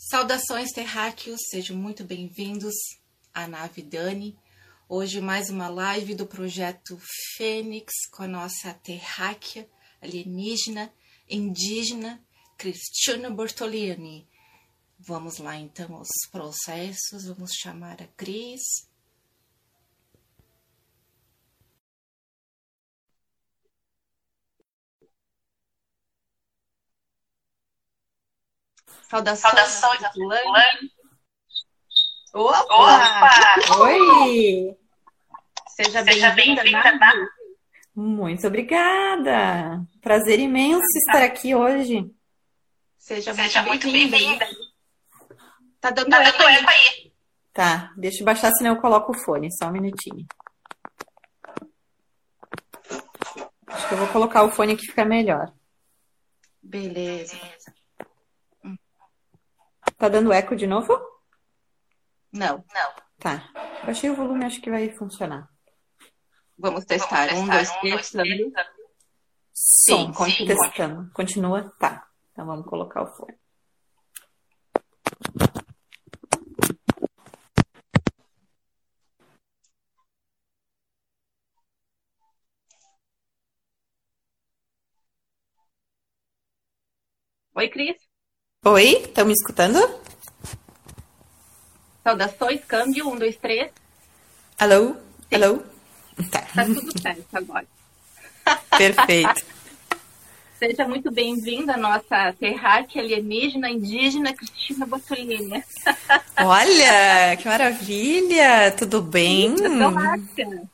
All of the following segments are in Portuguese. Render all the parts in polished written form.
Saudações terráqueos, sejam muito bem-vindos à nave Dani. Hoje mais uma live do projeto Fênix com a nossa terráquea alienígena, indígena, Cristina Bortolini. Vamos lá então aos processos, vamos chamar a Cris. Saudações, Lani. Opa! Oi! Seja bem-vinda, Nath. Muito obrigada! Prazer imenso estar aqui hoje. Seja muito bem-vinda. Tá dando eco aí. Tá, deixa eu baixar, senão eu coloco o fone, só um minutinho. Acho que eu vou colocar o fone que fica melhor. Beleza. Tá dando eco de novo? Não. Tá. Baixei o volume, acho que vai funcionar. Vamos testar. 1, 2, 3, plano. Sim, continua. testando. Continua? Tá. Então vamos colocar o fone. Oi, Cris. Oi, estão me escutando? Saudações, câmbio. 1, 2, 3. Alô? Alô? Tá. Tá tudo certo agora. Perfeito. Seja muito bem-vinda à nossa terráquea alienígena indígena Cristina Bortolini. Olha, que maravilha! Tudo bem? Uhum.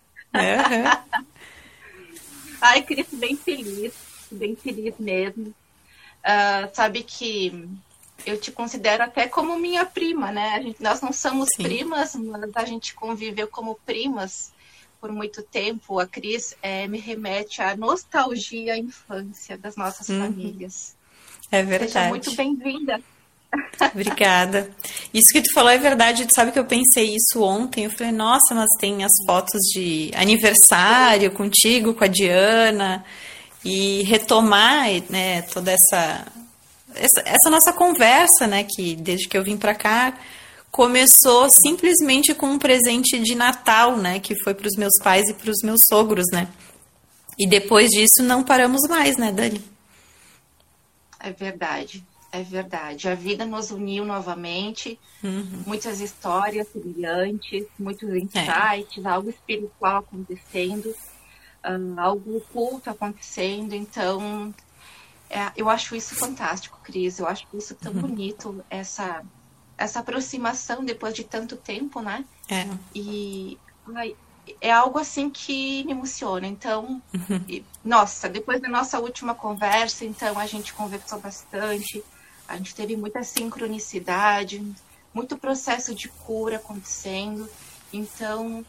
Ai, Cris, bem feliz mesmo. Sabe que eu te considero até como minha prima, né? Nós não somos primas, mas a gente conviveu como primas por muito tempo. A Cris me remete à nostalgia à infância das nossas famílias. É verdade. Seja muito bem-vinda. Obrigada. Isso que tu falou é verdade. Tu sabe que eu pensei isso ontem. Eu falei, nossa, mas tem as fotos de aniversário contigo, com a Diana, e retomar, né, toda essa nossa conversa, né, que desde que eu vim para cá começou simplesmente com um presente de Natal, né, que foi para os meus pais e para os meus sogros, né. E depois disso não paramos mais, né, Dani? É verdade. A vida nos uniu novamente, muitas histórias brilhantes, muitos insights, algo espiritual acontecendo, algo oculto acontecendo. Então, eu acho isso fantástico, Cris. Eu acho isso tão bonito, essa aproximação depois de tanto tempo, né? E é algo assim que me emociona. Então, nossa, depois da nossa última conversa, então a gente conversou bastante. A gente teve muita sincronicidade, muito processo de cura acontecendo. Então,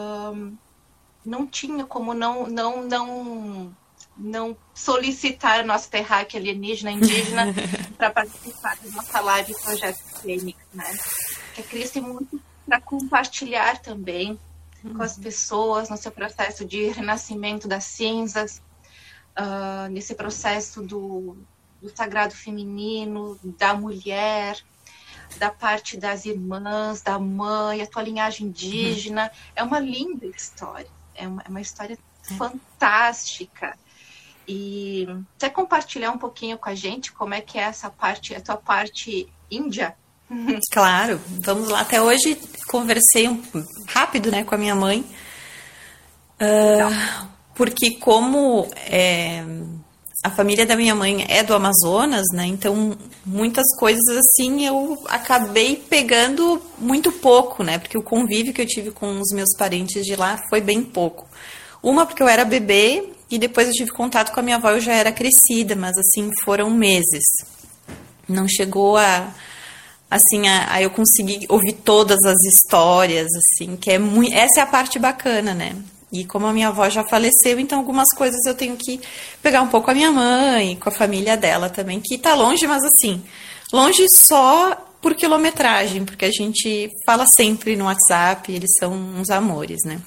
não tinha como não solicitar a nossa terráquea alienígena indígena para participar da nossa live Projeto Fênix, né? Que a Cris tem muito para compartilhar também com as pessoas no seu processo de renascimento das cinzas, nesse processo do sagrado feminino, da mulher, da parte das irmãs, da mãe, a tua linhagem indígena. É uma linda história, é uma história fantástica. E quer compartilhar um pouquinho com a gente como é que é essa parte, a tua parte índia? Claro, vamos lá. Até hoje conversei rápido, né, com a minha mãe, porque como a família da minha mãe é do Amazonas, né, então muitas coisas assim eu acabei pegando muito pouco, né, porque o convívio que eu tive com os meus parentes de lá foi bem pouco. Uma porque eu era bebê e depois eu tive contato com a minha avó, eu já era crescida, mas assim foram meses. Não chegou a eu consegui ouvir todas as histórias, assim, que essa é a parte bacana, né? E como a minha avó já faleceu, então algumas coisas eu tenho que pegar um pouco com a minha mãe, com a família dela também, que tá longe, mas assim, longe só por quilometragem, porque a gente fala sempre no WhatsApp, eles são uns amores, né?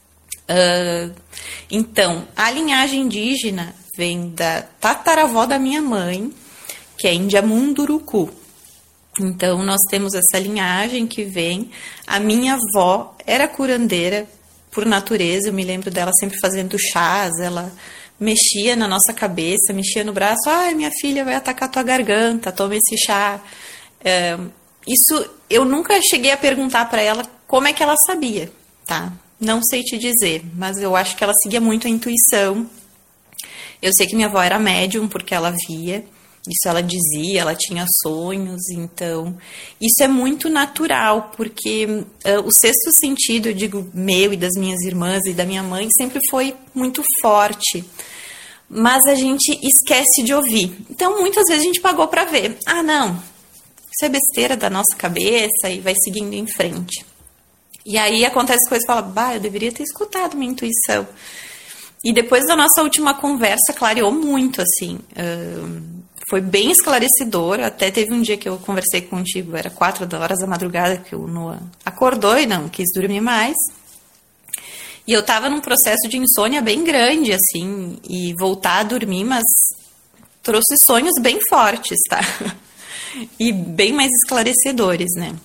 Então, a linhagem indígena vem da tataravó da minha mãe, que é Índia Munduruku. Então, nós temos essa linhagem que vem. A minha avó era curandeira por natureza, eu me lembro dela sempre fazendo chás, ela mexia na nossa cabeça, mexia no braço, ai, minha filha vai atacar tua garganta, toma esse chá. Isso, eu nunca cheguei a perguntar para ela como é que ela sabia, tá? Não sei te dizer, mas eu acho que ela seguia muito a intuição. Eu sei que minha avó era médium, porque ela via, isso ela dizia, ela tinha sonhos, então isso é muito natural, porque o sexto sentido, eu digo, meu e das minhas irmãs e da minha mãe, sempre foi muito forte, mas a gente esquece de ouvir. Então muitas vezes a gente pagou para ver, ah não, isso é besteira da nossa cabeça e vai seguindo em frente. E aí acontece coisas e fala, bah, eu deveria ter escutado minha intuição. E depois da nossa última conversa, clareou muito, assim, foi bem esclarecedor. Até teve um dia que eu conversei contigo, era 4 horas da madrugada, que o Noah acordou e não quis dormir mais. E eu tava num processo de insônia bem grande, assim, e voltar a dormir, mas trouxe sonhos bem fortes, tá? E bem mais esclarecedores, né?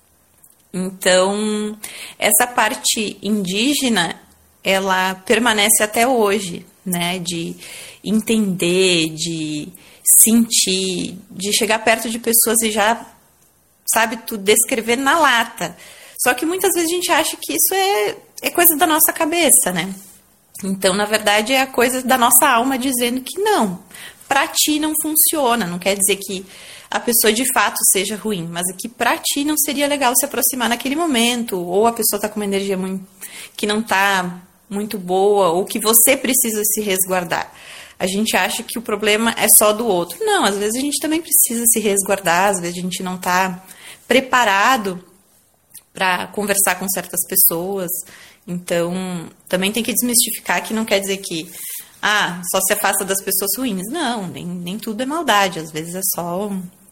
Então, essa parte indígena, ela permanece até hoje, né? De entender, de sentir, de chegar perto de pessoas e já, sabe, tu descrever na lata. Só que muitas vezes a gente acha que isso é coisa da nossa cabeça, né? Então, na verdade, é a coisa da nossa alma dizendo que não, pra ti não funciona. Não quer dizer que a pessoa de fato seja ruim, mas é que pra ti não seria legal se aproximar naquele momento, ou a pessoa tá com uma energia que não tá muito boa, ou que você precisa se resguardar. A gente acha que o problema é só do outro. Não, às vezes a gente também precisa se resguardar, às vezes a gente não está preparado para conversar com certas pessoas. Então, também tem que desmistificar que não quer dizer que só se afasta das pessoas ruins. Não, nem tudo é maldade, às vezes é só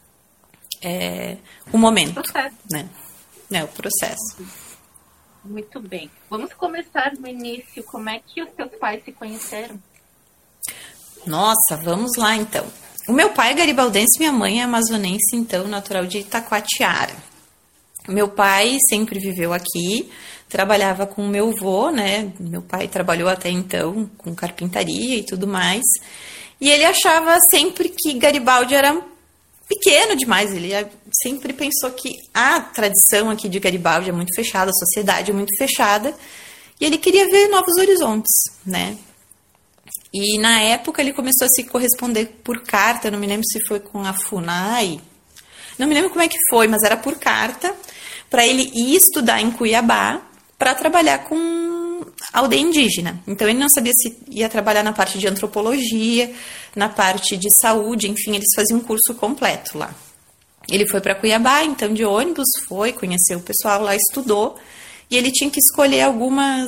o momento, né? É o processo. Muito bem. Vamos começar no início. Como é que os teus pais se conheceram? Nossa, vamos lá então. O meu pai é garibaldense, minha mãe é amazonense, então natural de Itacoatiara. Meu pai sempre viveu aqui, trabalhava com o meu avô, né? Meu pai trabalhou até então com carpintaria e tudo mais. E ele achava sempre que Garibaldi era pequeno demais. Ele sempre pensou que a tradição aqui de Garibaldi é muito fechada, a sociedade é muito fechada. E ele queria ver novos horizontes, né? E na época ele começou a se corresponder por carta, não me lembro se foi com a FUNAI, não me lembro como é que foi, mas era por carta, para ele ir estudar em Cuiabá para trabalhar com aldeia indígena. Então ele não sabia se ia trabalhar na parte de antropologia, na parte de saúde, enfim, eles faziam um curso completo lá. Ele foi para Cuiabá, então de ônibus foi, conheceu o pessoal lá, estudou, e ele tinha que escolher algumas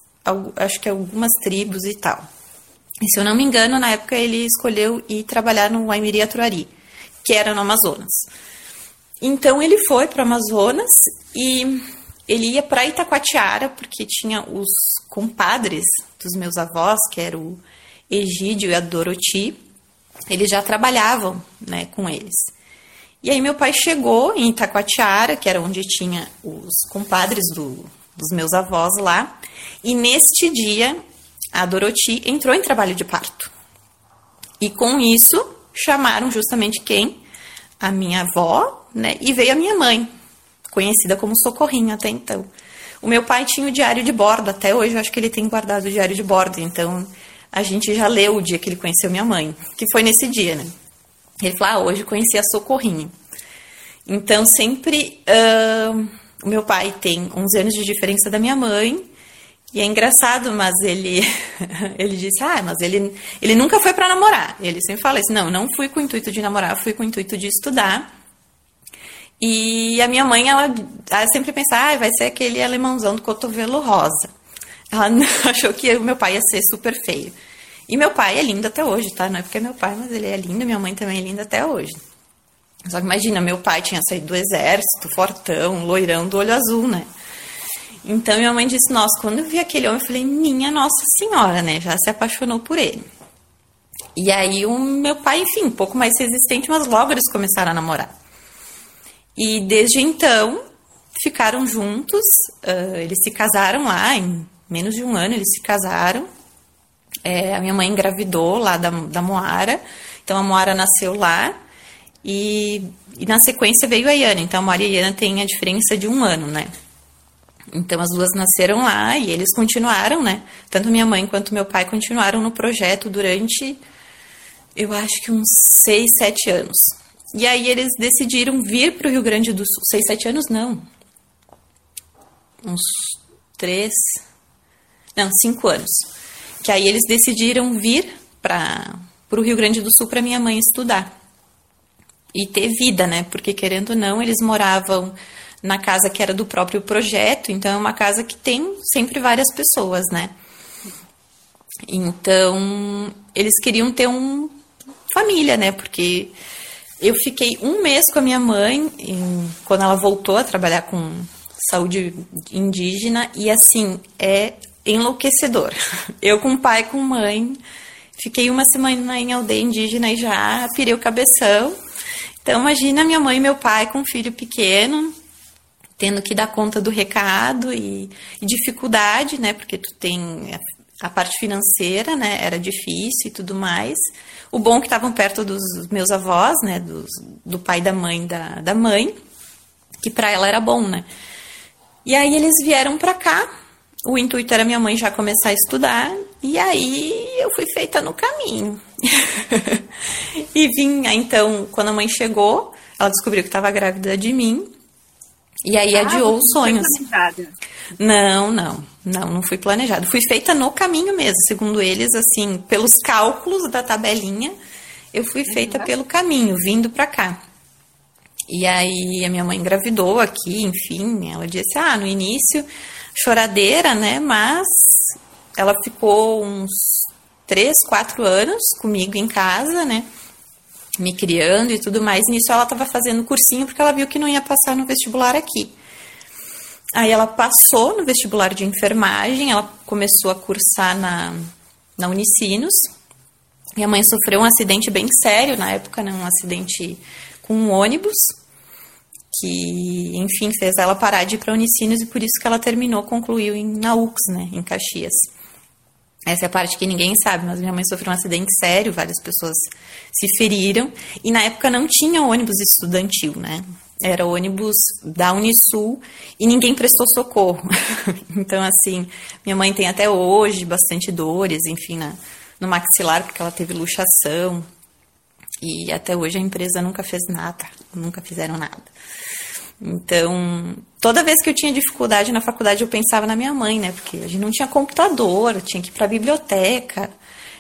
tribos e tal. E se eu não me engano, na época ele escolheu ir trabalhar no Waimiri Atuari, que era no Amazonas. Então ele foi para o Amazonas e ele ia para Itacoatiara, porque tinha os compadres dos meus avós, que era o Egídio e a Doroti, eles já trabalhavam, né, com eles. E aí meu pai chegou em Itacoatiara, que era onde tinha os compadres dos meus avós lá, e neste dia a Doroti entrou em trabalho de parto. E com isso, chamaram justamente quem? A minha avó, né? E veio a minha mãe, conhecida como Socorrinho até então. O meu pai tinha o diário de bordo, até hoje eu acho que ele tem guardado o diário de bordo. Então, a gente já leu o dia que ele conheceu minha mãe, que foi nesse dia, né? Ele falou, hoje conheci a Socorrinho. Então, sempre... o meu pai tem 11 anos de diferença da minha mãe. E é engraçado, mas ele disse, mas ele nunca foi para namorar. Ele sempre fala isso, não fui com o intuito de namorar, fui com o intuito de estudar. E a minha mãe, ela sempre pensa, vai ser aquele alemãozão do cotovelo rosa. Ela achou que o meu pai ia ser super feio. E meu pai é lindo até hoje, tá? Não é porque é meu pai, mas ele é lindo, minha mãe também é linda até hoje. Só que imagina, meu pai tinha saído do exército, fortão, loirão do olho azul, né? Então, minha mãe disse, nossa, quando eu vi aquele homem, eu falei, minha Nossa Senhora, né? Já se apaixonou por ele. E aí, o meu pai, enfim, um pouco mais resistente, mas logo eles começaram a namorar. E desde então ficaram juntos, eles se casaram lá, em menos de um ano eles se casaram. A minha mãe engravidou lá da Moara, então a Moara nasceu lá e na sequência veio a Iana. Então a Moara e a Iana têm a diferença de um ano, né? Então as duas nasceram lá e eles continuaram, né? Tanto minha mãe quanto meu pai continuaram no projeto durante, eu acho que uns 6, 7 anos. E aí eles decidiram vir para o Rio Grande do Sul. 6, 7 anos não. Uns 5 anos. Que aí eles decidiram vir para o Rio Grande do Sul para minha mãe estudar. E ter vida, né? Porque querendo ou não, eles moravam na casa que era do próprio projeto. Então é uma casa que tem sempre várias pessoas, né? Então eles queriam ter família, né? Porque eu fiquei um mês com a minha mãe quando ela voltou a trabalhar com saúde indígena e assim, é enlouquecedor. Eu com pai, com mãe, fiquei uma semana em aldeia indígena e já pirei o cabeção. Então imagina minha mãe e meu pai com um filho pequeno, tendo que dar conta do recado e dificuldade, né? Porque tu tem a parte financeira, né? Era difícil e tudo mais. O bom é que estavam perto dos meus avós, né? Do pai e da mãe da mãe, que pra ela era bom, né? E aí eles vieram pra cá. O intuito era minha mãe já começar a estudar. E aí eu fui feita no caminho. E vim, então, quando a mãe chegou, ela descobriu que estava grávida de mim. E aí adiou os sonhos. Não fui planejada. Fui feita no caminho mesmo, segundo eles, assim, pelos cálculos da tabelinha, eu fui feita pelo caminho, vindo pra cá. E aí a minha mãe engravidou aqui, enfim, ela disse, no início, choradeira, né, mas ela ficou uns 3, 4 anos comigo em casa, né, me criando e tudo mais. Nisso ela estava fazendo cursinho porque ela viu que não ia passar no vestibular aqui. Aí ela passou no vestibular de enfermagem, ela começou a cursar na Unicinos. Minha mãe sofreu um acidente bem sério na época, né, um acidente com um ônibus, que, enfim, fez ela parar de ir para Unicinos e por isso que ela concluiu na UX, né, em Caxias. Essa é a parte que ninguém sabe, mas minha mãe sofreu um acidente sério, várias pessoas se feriram, e na época não tinha ônibus estudantil, né? Era ônibus da Unisul e ninguém prestou socorro. Então, assim, minha mãe tem até hoje bastante dores, enfim, no maxilar, porque ela teve luxação, e até hoje a empresa nunca fez nada, nunca fizeram nada. Então, toda vez que eu tinha dificuldade na faculdade, eu pensava na minha mãe, né? Porque a gente não tinha computador, eu tinha que ir pra biblioteca,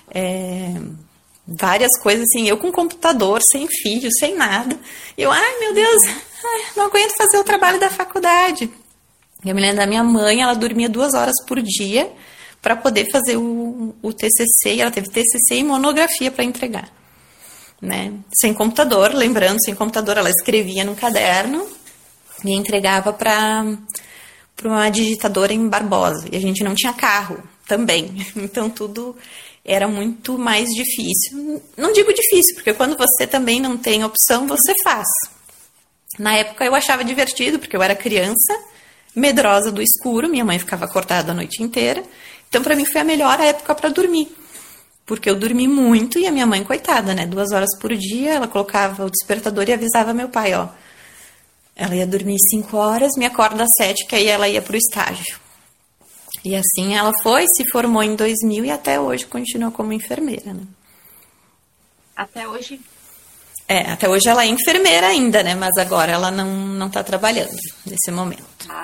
várias coisas assim. Eu com computador, sem filho, sem nada. E eu, meu Deus, não aguento fazer o trabalho da faculdade. Eu me lembro da minha mãe, ela dormia 2 horas por dia para poder fazer o TCC. E ela teve TCC e monografia para entregar, né? Sem computador, lembrando, sem computador, ela escrevia no caderno e entregava para uma digitadora em Barbosa. E a gente não tinha carro também. Então, tudo era muito mais difícil. Não digo difícil, porque quando você também não tem opção, você faz. Na época, eu achava divertido, porque eu era criança, medrosa do escuro. Minha mãe ficava acordada a noite inteira. Então, para mim, foi a melhor época para dormir. Porque eu dormi muito e a minha mãe, coitada, né? 2 horas por dia, ela colocava o despertador e avisava meu pai, ela ia dormir 5 horas, me acorda às 7, que aí ela ia pro estágio. E assim ela foi, se formou em 2000 e até hoje continua como enfermeira, né? Até hoje? Até hoje ela é enfermeira ainda, né? Mas agora ela não tá trabalhando nesse momento.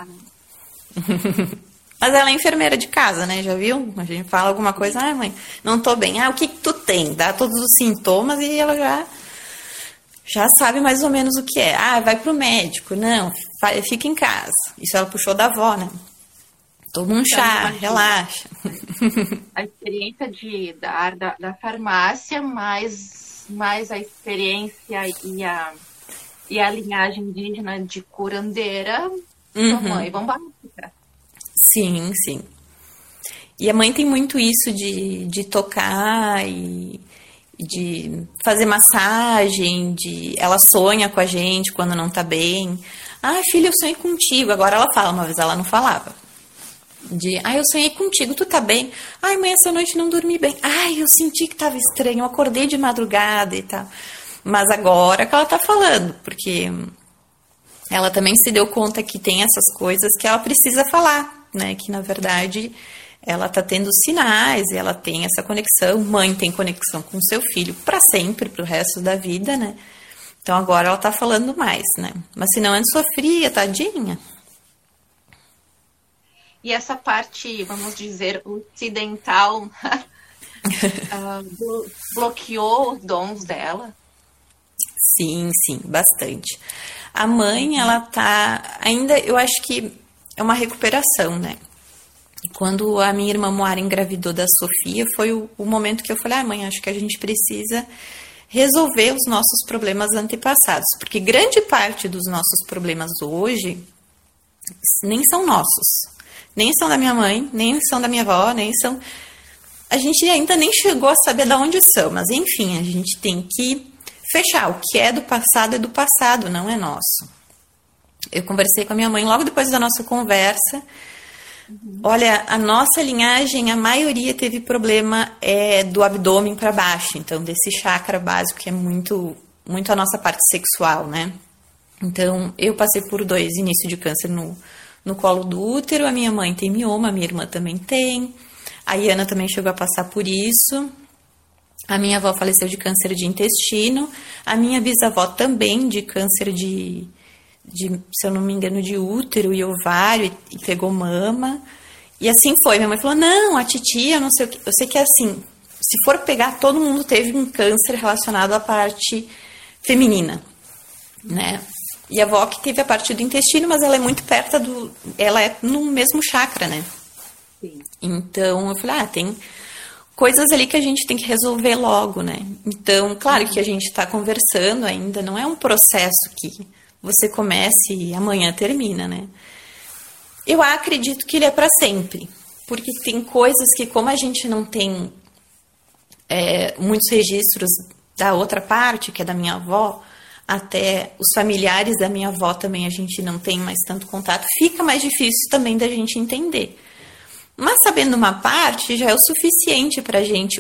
Mas ela é enfermeira de casa, né? Já viu? A gente fala alguma coisa, mãe, não tô bem. O que tu tem? Dá todos os sintomas e ela já sabe mais ou menos o que é. Vai pro médico. Não, fica em casa. Isso ela puxou da avó, né? Toma um chá, relaxa. A experiência da área da farmácia, mais a experiência e a linhagem indígena de curandeira, mãe, vamos lá. Sim, sim. E a mãe tem muito isso de tocar e de fazer massagem, ela sonha com a gente quando não tá bem. Ah, filha, eu sonhei contigo. Agora ela fala, uma vez ela não falava. Eu sonhei contigo, tu tá bem? Ai, mãe, essa noite não dormi bem. Ai, eu senti que tava estranho, eu acordei de madrugada e tal. Mas agora que ela tá falando, porque ela também se deu conta que tem essas coisas que ela precisa falar, né? Que, na verdade, ela tá tendo sinais, ela tem essa conexão. Mãe tem conexão com seu filho para sempre, pro resto da vida, né? Então, agora ela tá falando mais, né? Mas se não, antes sofria, tadinha. E essa parte, vamos dizer, ocidental, bloqueou os dons dela? Sim, bastante. A mãe, ela tá... Ainda, eu acho que é uma recuperação, né? Quando a minha irmã Moara engravidou da Sofia, foi o momento que eu falei, mãe, acho que a gente precisa resolver os nossos problemas antepassados. Porque grande parte dos nossos problemas hoje nem são nossos. Nem são da minha mãe, nem são da minha avó, nem são... A gente ainda nem chegou a saber de onde são, mas enfim, a gente tem que fechar. O que é do passado, não é nosso. Eu conversei com a minha mãe logo depois da nossa conversa. Olha, a nossa linhagem, a maioria teve problema do abdômen para baixo, então desse chakra básico que é muito, muito a nossa parte sexual, né? Então, eu passei por 2 inícios de câncer no colo do útero, a minha mãe tem mioma, a minha irmã também tem, a Iana também chegou a passar por isso, a minha avó faleceu de câncer de intestino, a minha bisavó também de câncer de se eu não me engano, de útero e ovário, e pegou mama, e assim foi. Minha mãe falou, não, a titia, eu não sei o que, eu sei que é assim, se for pegar, todo mundo teve um câncer relacionado à parte feminina, né? E a avó que teve a parte do intestino, mas ela é muito perto ela é no mesmo chakra, né? Sim. Então, eu falei, tem coisas ali que a gente tem que resolver logo, né? Então, claro que a gente está conversando ainda, não é um processo que você começa e amanhã termina, né? Eu acredito que ele é para sempre, porque tem coisas que, como a gente não tem muitos registros da outra parte, que é da minha avó, até os familiares da minha avó também a gente não tem mais tanto contato, fica mais difícil também da gente entender. Mas sabendo uma parte, já é o suficiente pra gente,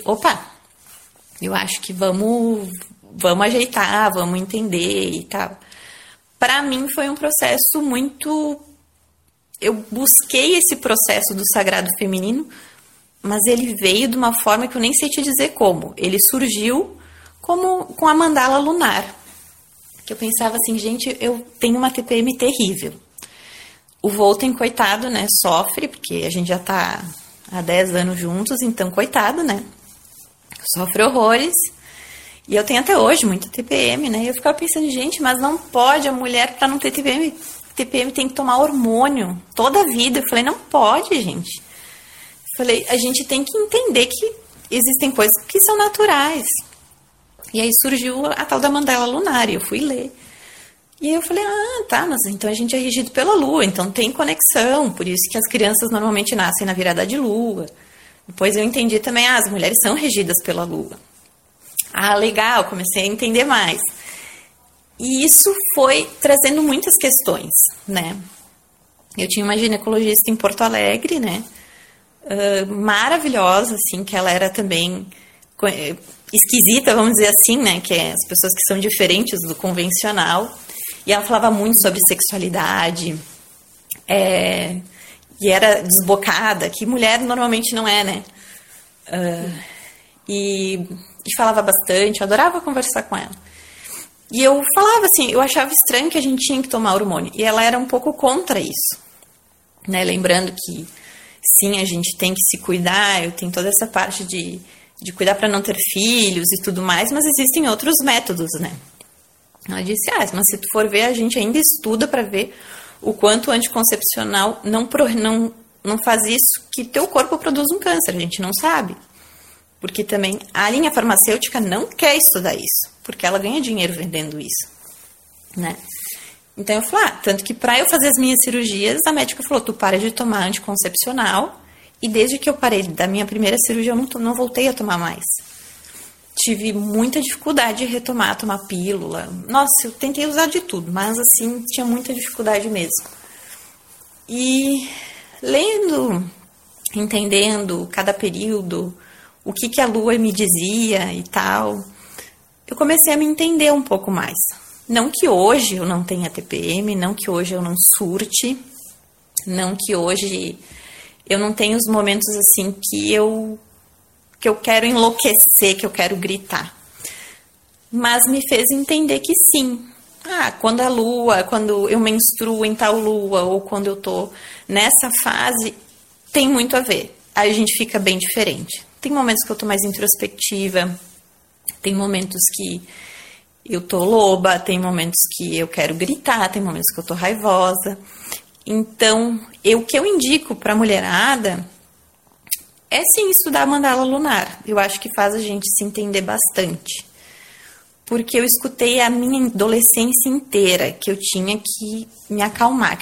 eu acho que vamos ajeitar, vamos entender e tal. Pra mim foi um processo muito... Eu busquei esse processo do sagrado feminino, mas ele veio de uma forma que eu nem sei te dizer como. Ele surgiu com a mandala lunar. Que eu pensava assim, gente, eu tenho uma TPM terrível. O Volten, coitado, né, sofre, porque a gente já tá há 10 anos juntos, então, coitado, né, sofre horrores. E eu tenho até hoje muita TPM, né, e eu ficava pensando, gente, mas não pode, a mulher, pra não ter TPM tem que tomar hormônio toda a vida. Eu falei, não pode, gente. Eu falei, a gente tem que entender que existem coisas que são naturais. E aí surgiu a tal da mandala lunar, e eu fui ler. E aí eu falei, mas então a gente é regido pela lua, então tem conexão, por isso que as crianças normalmente nascem na virada de lua. Depois eu entendi também, as mulheres são regidas pela lua. Legal, comecei a entender mais. E isso foi trazendo muitas questões, né? Eu tinha uma ginecologista em Porto Alegre, né? Maravilhosa, assim, que ela era também... esquisita, vamos dizer assim, né, que é as pessoas que são diferentes do convencional, e ela falava muito sobre sexualidade, e era desbocada, que mulher normalmente não é, né, e falava bastante, eu adorava conversar com ela, e eu falava assim, eu achava estranho que a gente tinha que tomar hormônio, e ela era um pouco contra isso, né, lembrando que, sim, a gente tem que se cuidar, eu tenho toda essa parte de cuidar para não ter filhos e tudo mais, mas existem outros métodos, né? Ela disse, mas se tu for ver, a gente ainda estuda para ver o quanto o anticoncepcional não faz isso, que teu corpo produz um câncer, a gente não sabe. Porque também a linha farmacêutica não quer estudar isso, porque ela ganha dinheiro vendendo isso, né? Então eu falei, tanto que para eu fazer as minhas cirurgias, a médica falou, tu para de tomar anticoncepcional. E desde que eu parei da minha primeira cirurgia, eu não voltei a tomar mais. tive muita dificuldade de retomar, tomar pílula. Nossa, eu tentei usar de tudo, mas assim, tinha muita dificuldade mesmo. E lendo, entendendo cada período, o que a lua me dizia e tal, eu comecei a me entender um pouco mais. Não que hoje eu não tenha TPM, não que hoje eu não surte, não que hoje eu não tenha os momentos assim que eu quero enlouquecer, que eu quero gritar. Mas me fez entender que sim. Quando eu menstruo em tal lua, ou quando eu tô nessa fase, tem muito a ver. Aí a gente fica bem diferente. Tem momentos que eu tô mais introspectiva, tem momentos que eu tô loba, tem momentos que eu quero gritar, tem momentos que eu tô raivosa. Então, o que eu indico pra mulherada é sim estudar a mandala lunar. Eu acho que faz a gente se entender bastante. Porque eu escutei a minha adolescência inteira que eu tinha que me acalmar,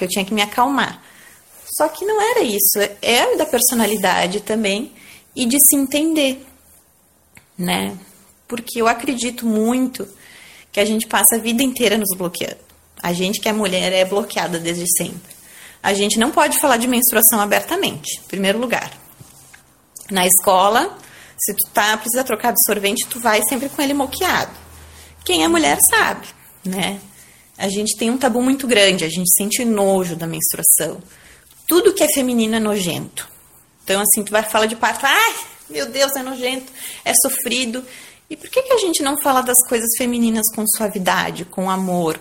Só que não era isso. É da personalidade também e de se entender, né? Porque eu acredito muito que a gente passa a vida inteira nos bloqueando. A gente que é mulher é bloqueada desde sempre. A gente não pode falar de menstruação abertamente, em primeiro lugar. Na escola, se tu precisa trocar absorvente, tu vai sempre com ele moqueado. Quem é mulher sabe, né? A gente tem um tabu muito grande, a gente sente nojo da menstruação. Tudo que é feminino é nojento. Então, assim, tu vai falar de parto, ai, meu Deus, é nojento, é sofrido. E por que a gente não fala das coisas femininas com suavidade, com amor,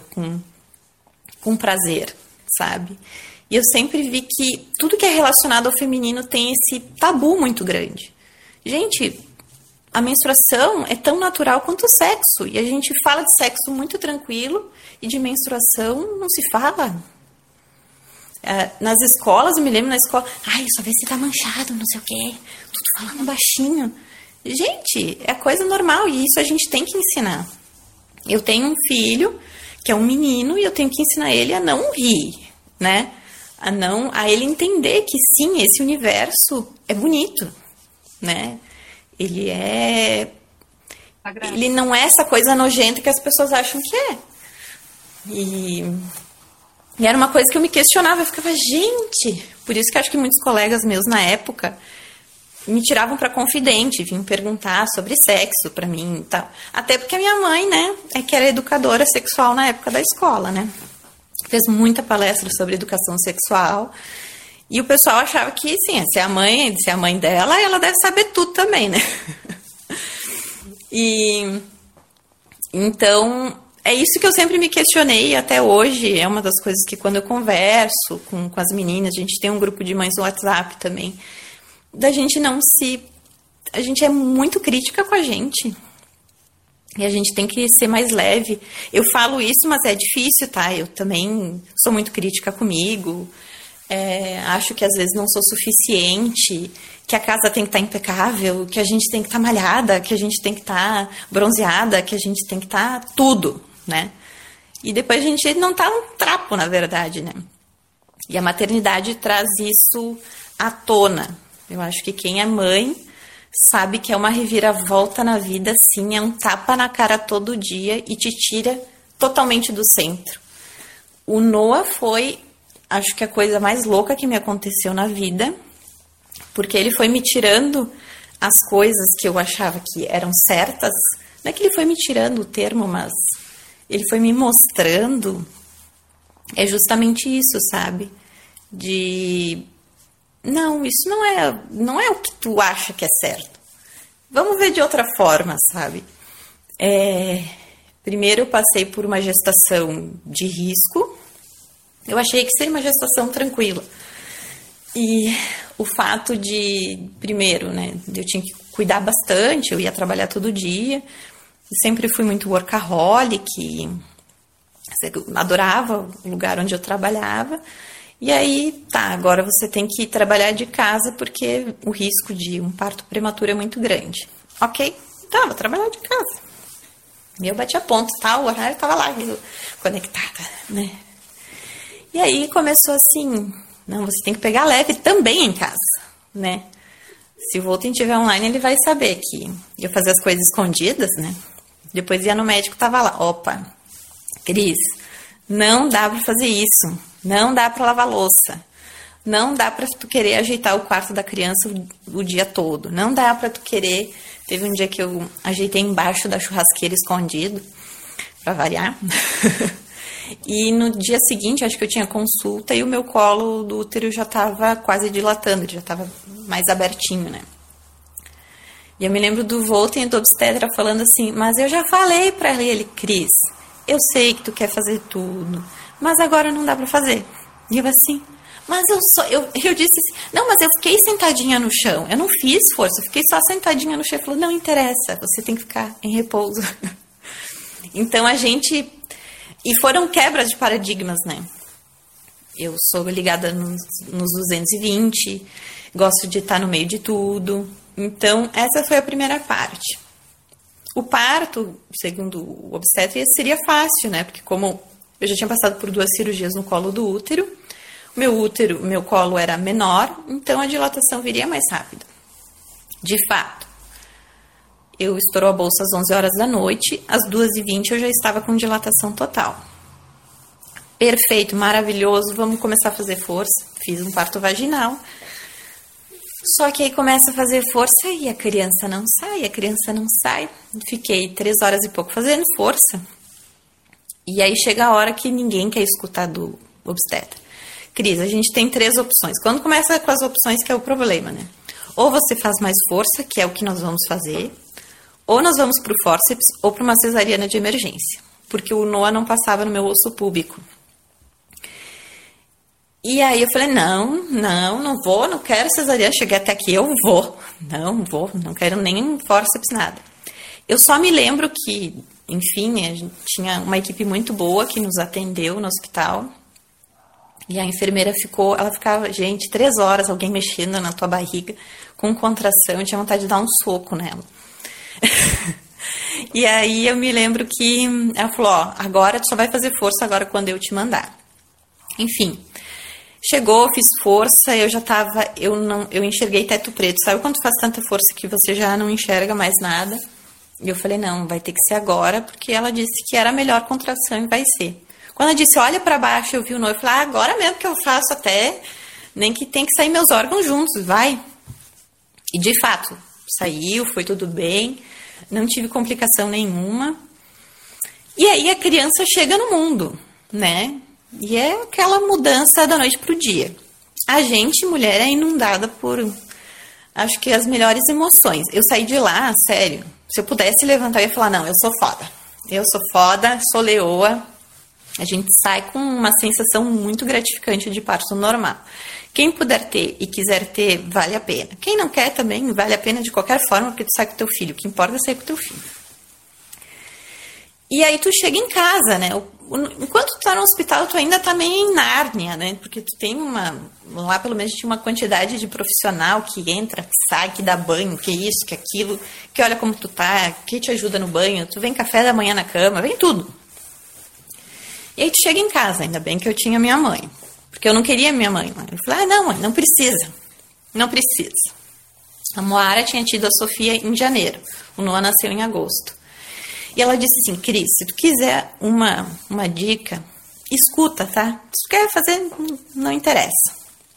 com prazer, sabe? E eu sempre vi que tudo que é relacionado ao feminino tem esse tabu muito grande. Gente, a menstruação é tão natural quanto o sexo. E a gente fala de sexo muito tranquilo e de menstruação não se fala. Nas escolas, eu me lembro na escola, ai, só vê se tá manchado, não sei o quê. Tudo falando baixinho. Gente, é coisa normal e isso a gente tem que ensinar. Eu tenho um filho que é um menino e eu tenho que ensinar ele a não rir, né? A ele entender que sim, esse universo é bonito, né? Ele não é essa coisa nojenta que as pessoas acham que é. E era uma coisa que eu me questionava, eu ficava, gente, por isso que eu acho que muitos colegas meus na época me tiravam para confidente, vinham perguntar sobre sexo para mim e tal. Até porque a minha mãe, né, que era educadora sexual na época da escola, né? Fez muita palestra sobre educação sexual. E o pessoal achava que, sim, se é a mãe dela, ela deve saber tudo também, né? E então, é isso que eu sempre me questionei até hoje. É uma das coisas que quando eu converso com as meninas, a gente tem um grupo de mães no WhatsApp também, da gente a gente é muito crítica com a gente. E a gente tem que ser mais leve. Eu falo isso, mas é difícil, tá? Eu também sou muito crítica comigo. Acho que às vezes não sou suficiente, que a casa tem que estar impecável, que a gente tem que estar malhada, que a gente tem que estar bronzeada, que a gente tem que estar tudo, né? E depois a gente não tá um trapo, na verdade, né? E a maternidade traz isso à tona. Eu acho que quem é mãe sabe que é uma reviravolta na vida, sim, é um tapa na cara todo dia e te tira totalmente do centro. O Noah foi, acho que a coisa mais louca que me aconteceu na vida, porque ele foi me tirando as coisas que eu achava que eram certas. Não é que ele foi me tirando o termo, mas ele foi me mostrando. É justamente isso, sabe? Não, isso não é o que tu acha que é certo. Vamos ver de outra forma, sabe? Primeiro eu passei por uma gestação de risco. Eu achei que seria uma gestação tranquila. E o fato primeiro, né, eu tinha que cuidar bastante, eu ia trabalhar todo dia. Eu sempre fui muito workaholic, adorava o lugar onde eu trabalhava. E aí, agora você tem que trabalhar de casa porque o risco de um parto prematuro é muito grande. Ok, vou trabalhar de casa. Eu batia ponto, o horário estava lá, conectada, né? E aí começou assim, não, você tem que pegar leve também em casa, né? Se o Volten estiver online, ele vai saber que eu fazia as coisas escondidas, né? Depois ia no médico, tava lá. Opa, Cris, não dá pra fazer isso. Não dá pra lavar louça. Não dá pra tu querer ajeitar o quarto da criança o dia todo. Não dá pra tu querer... Teve um dia que eu ajeitei embaixo da churrasqueira escondido, pra variar. E no dia seguinte, acho que eu tinha consulta e o meu colo do útero já estava quase dilatando, já estava mais abertinho, né? E eu me lembro do Volten, do obstetra, falando assim, mas eu já falei pra ele, Cris, eu sei que tu quer fazer tudo, mas agora não dá pra fazer. E eu assim, mas eu disse assim, não, mas eu fiquei sentadinha no chão, eu não fiz força, eu fiquei só sentadinha no chão. Ele falou, não interessa, você tem que ficar em repouso. Então a gente... E foram quebras de paradigmas, né? Eu sou ligada nos 220, gosto de estar no meio de tudo. Então, essa foi a primeira parte. O parto, segundo o obstetra, seria fácil, né? Porque como eu já tinha passado por 2 cirurgias no colo do útero, o meu colo era menor, então a dilatação viria mais rápido. De fato. Eu estourou a bolsa às 11 horas da noite, às 2h20 eu já estava com dilatação total. Perfeito, maravilhoso, vamos começar a fazer força. Fiz um parto vaginal. Só que aí começa a fazer força e a criança não sai. Fiquei 3 horas e pouco fazendo força. E aí chega a hora que ninguém quer escutar do obstetra. Cris, a gente tem 3 opções. Quando começa com as opções que é o problema, né? Ou você faz mais força, que é o que nós vamos fazer... Ou nós vamos para o fórceps ou para uma cesariana de emergência. Porque o Noah não passava no meu osso púbico. E aí eu falei, não vou, não quero cesariana. Cheguei até aqui, eu vou. Não quero nem fórceps, nada. Eu só me lembro que, enfim, a gente tinha uma equipe muito boa que nos atendeu no hospital. E a enfermeira ficava, gente, 3 horas, alguém mexendo na tua barriga, com contração, eu tinha vontade de dar um soco nela. E aí eu me lembro que ela falou, ó, agora tu só vai fazer força agora quando eu te mandar. Enfim, chegou, fiz força, eu já tava, eu enxerguei teto preto. Sabe quando tu faz tanta força que você já não enxerga mais nada? E eu falei, não, vai ter que ser agora, porque ela disse que era a melhor contração e vai ser. Quando ela disse, olha pra baixo, eu vi o noivo, eu falei, agora mesmo que eu faço até, nem que tem que sair meus órgãos juntos, vai. E de fato, saiu, foi tudo bem, não tive complicação nenhuma. E aí a criança chega no mundo, né? E é aquela mudança da noite pro dia. A gente, mulher, é inundada por, acho que as melhores emoções. Eu saí de lá, sério, se eu pudesse levantar, eu ia falar, não, eu sou foda, sou leoa. A gente sai com uma sensação muito gratificante de parto normal. Quem puder ter e quiser ter, vale a pena. Quem não quer também, vale a pena de qualquer forma, porque tu sai com teu filho. O que importa é sair com teu filho. E aí tu chega em casa, né? Enquanto tu tá no hospital, tu ainda tá meio em Nárnia, né? Porque tu tem lá pelo menos tinha uma quantidade de profissional que entra, que sai, que dá banho, que isso, que aquilo, que olha como tu tá, que te ajuda no banho, tu vem café da manhã na cama, vem tudo. E aí tu chega em casa, ainda bem que eu tinha minha mãe. Porque eu não queria minha mãe. Eu falei, não, mãe, não precisa. Não precisa. A Moara tinha tido a Sofia em janeiro. O Noah nasceu em agosto. E ela disse assim, Cris, se tu quiser uma dica, escuta, tá? Se tu quer fazer, não interessa.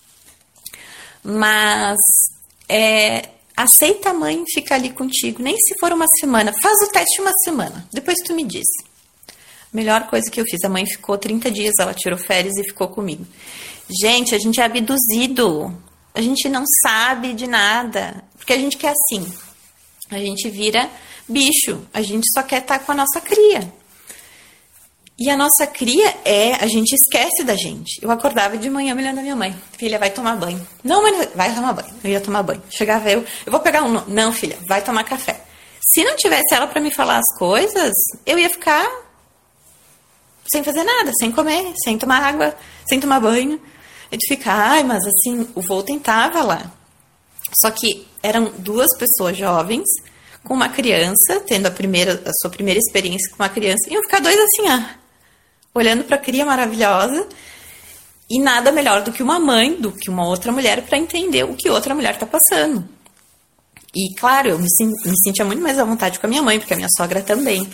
Mas aceita a mãe ficar ali contigo. Nem se for uma semana. Faz o teste uma semana. Depois tu me diz. Melhor coisa que eu fiz. A mãe ficou 30 dias, ela tirou férias e ficou comigo. Gente, a gente é abduzido. A gente não sabe de nada. Porque a gente quer assim. A gente vira bicho. A gente só quer estar com a nossa cria. E a nossa cria a gente esquece da gente. Eu acordava de manhã me olhando a minha mãe. Filha, vai tomar banho. Não, mãe, vai tomar banho. Eu ia tomar banho. Chegava eu vou pegar um. Não, filha, vai tomar café. Se não tivesse ela pra me falar as coisas, eu ia ficar sem fazer nada, sem comer, sem tomar água, sem tomar banho. A gente fica, mas assim, o Volten tava lá. Só que eram 2 pessoas jovens, com uma criança, tendo a sua primeira experiência com uma criança, e iam ficar 2 assim, olhando pra cria maravilhosa, e nada melhor do que uma mãe, do que uma outra mulher, pra entender o que outra mulher tá passando. E, claro, eu me sentia muito mais à vontade com a minha mãe, porque a minha sogra também.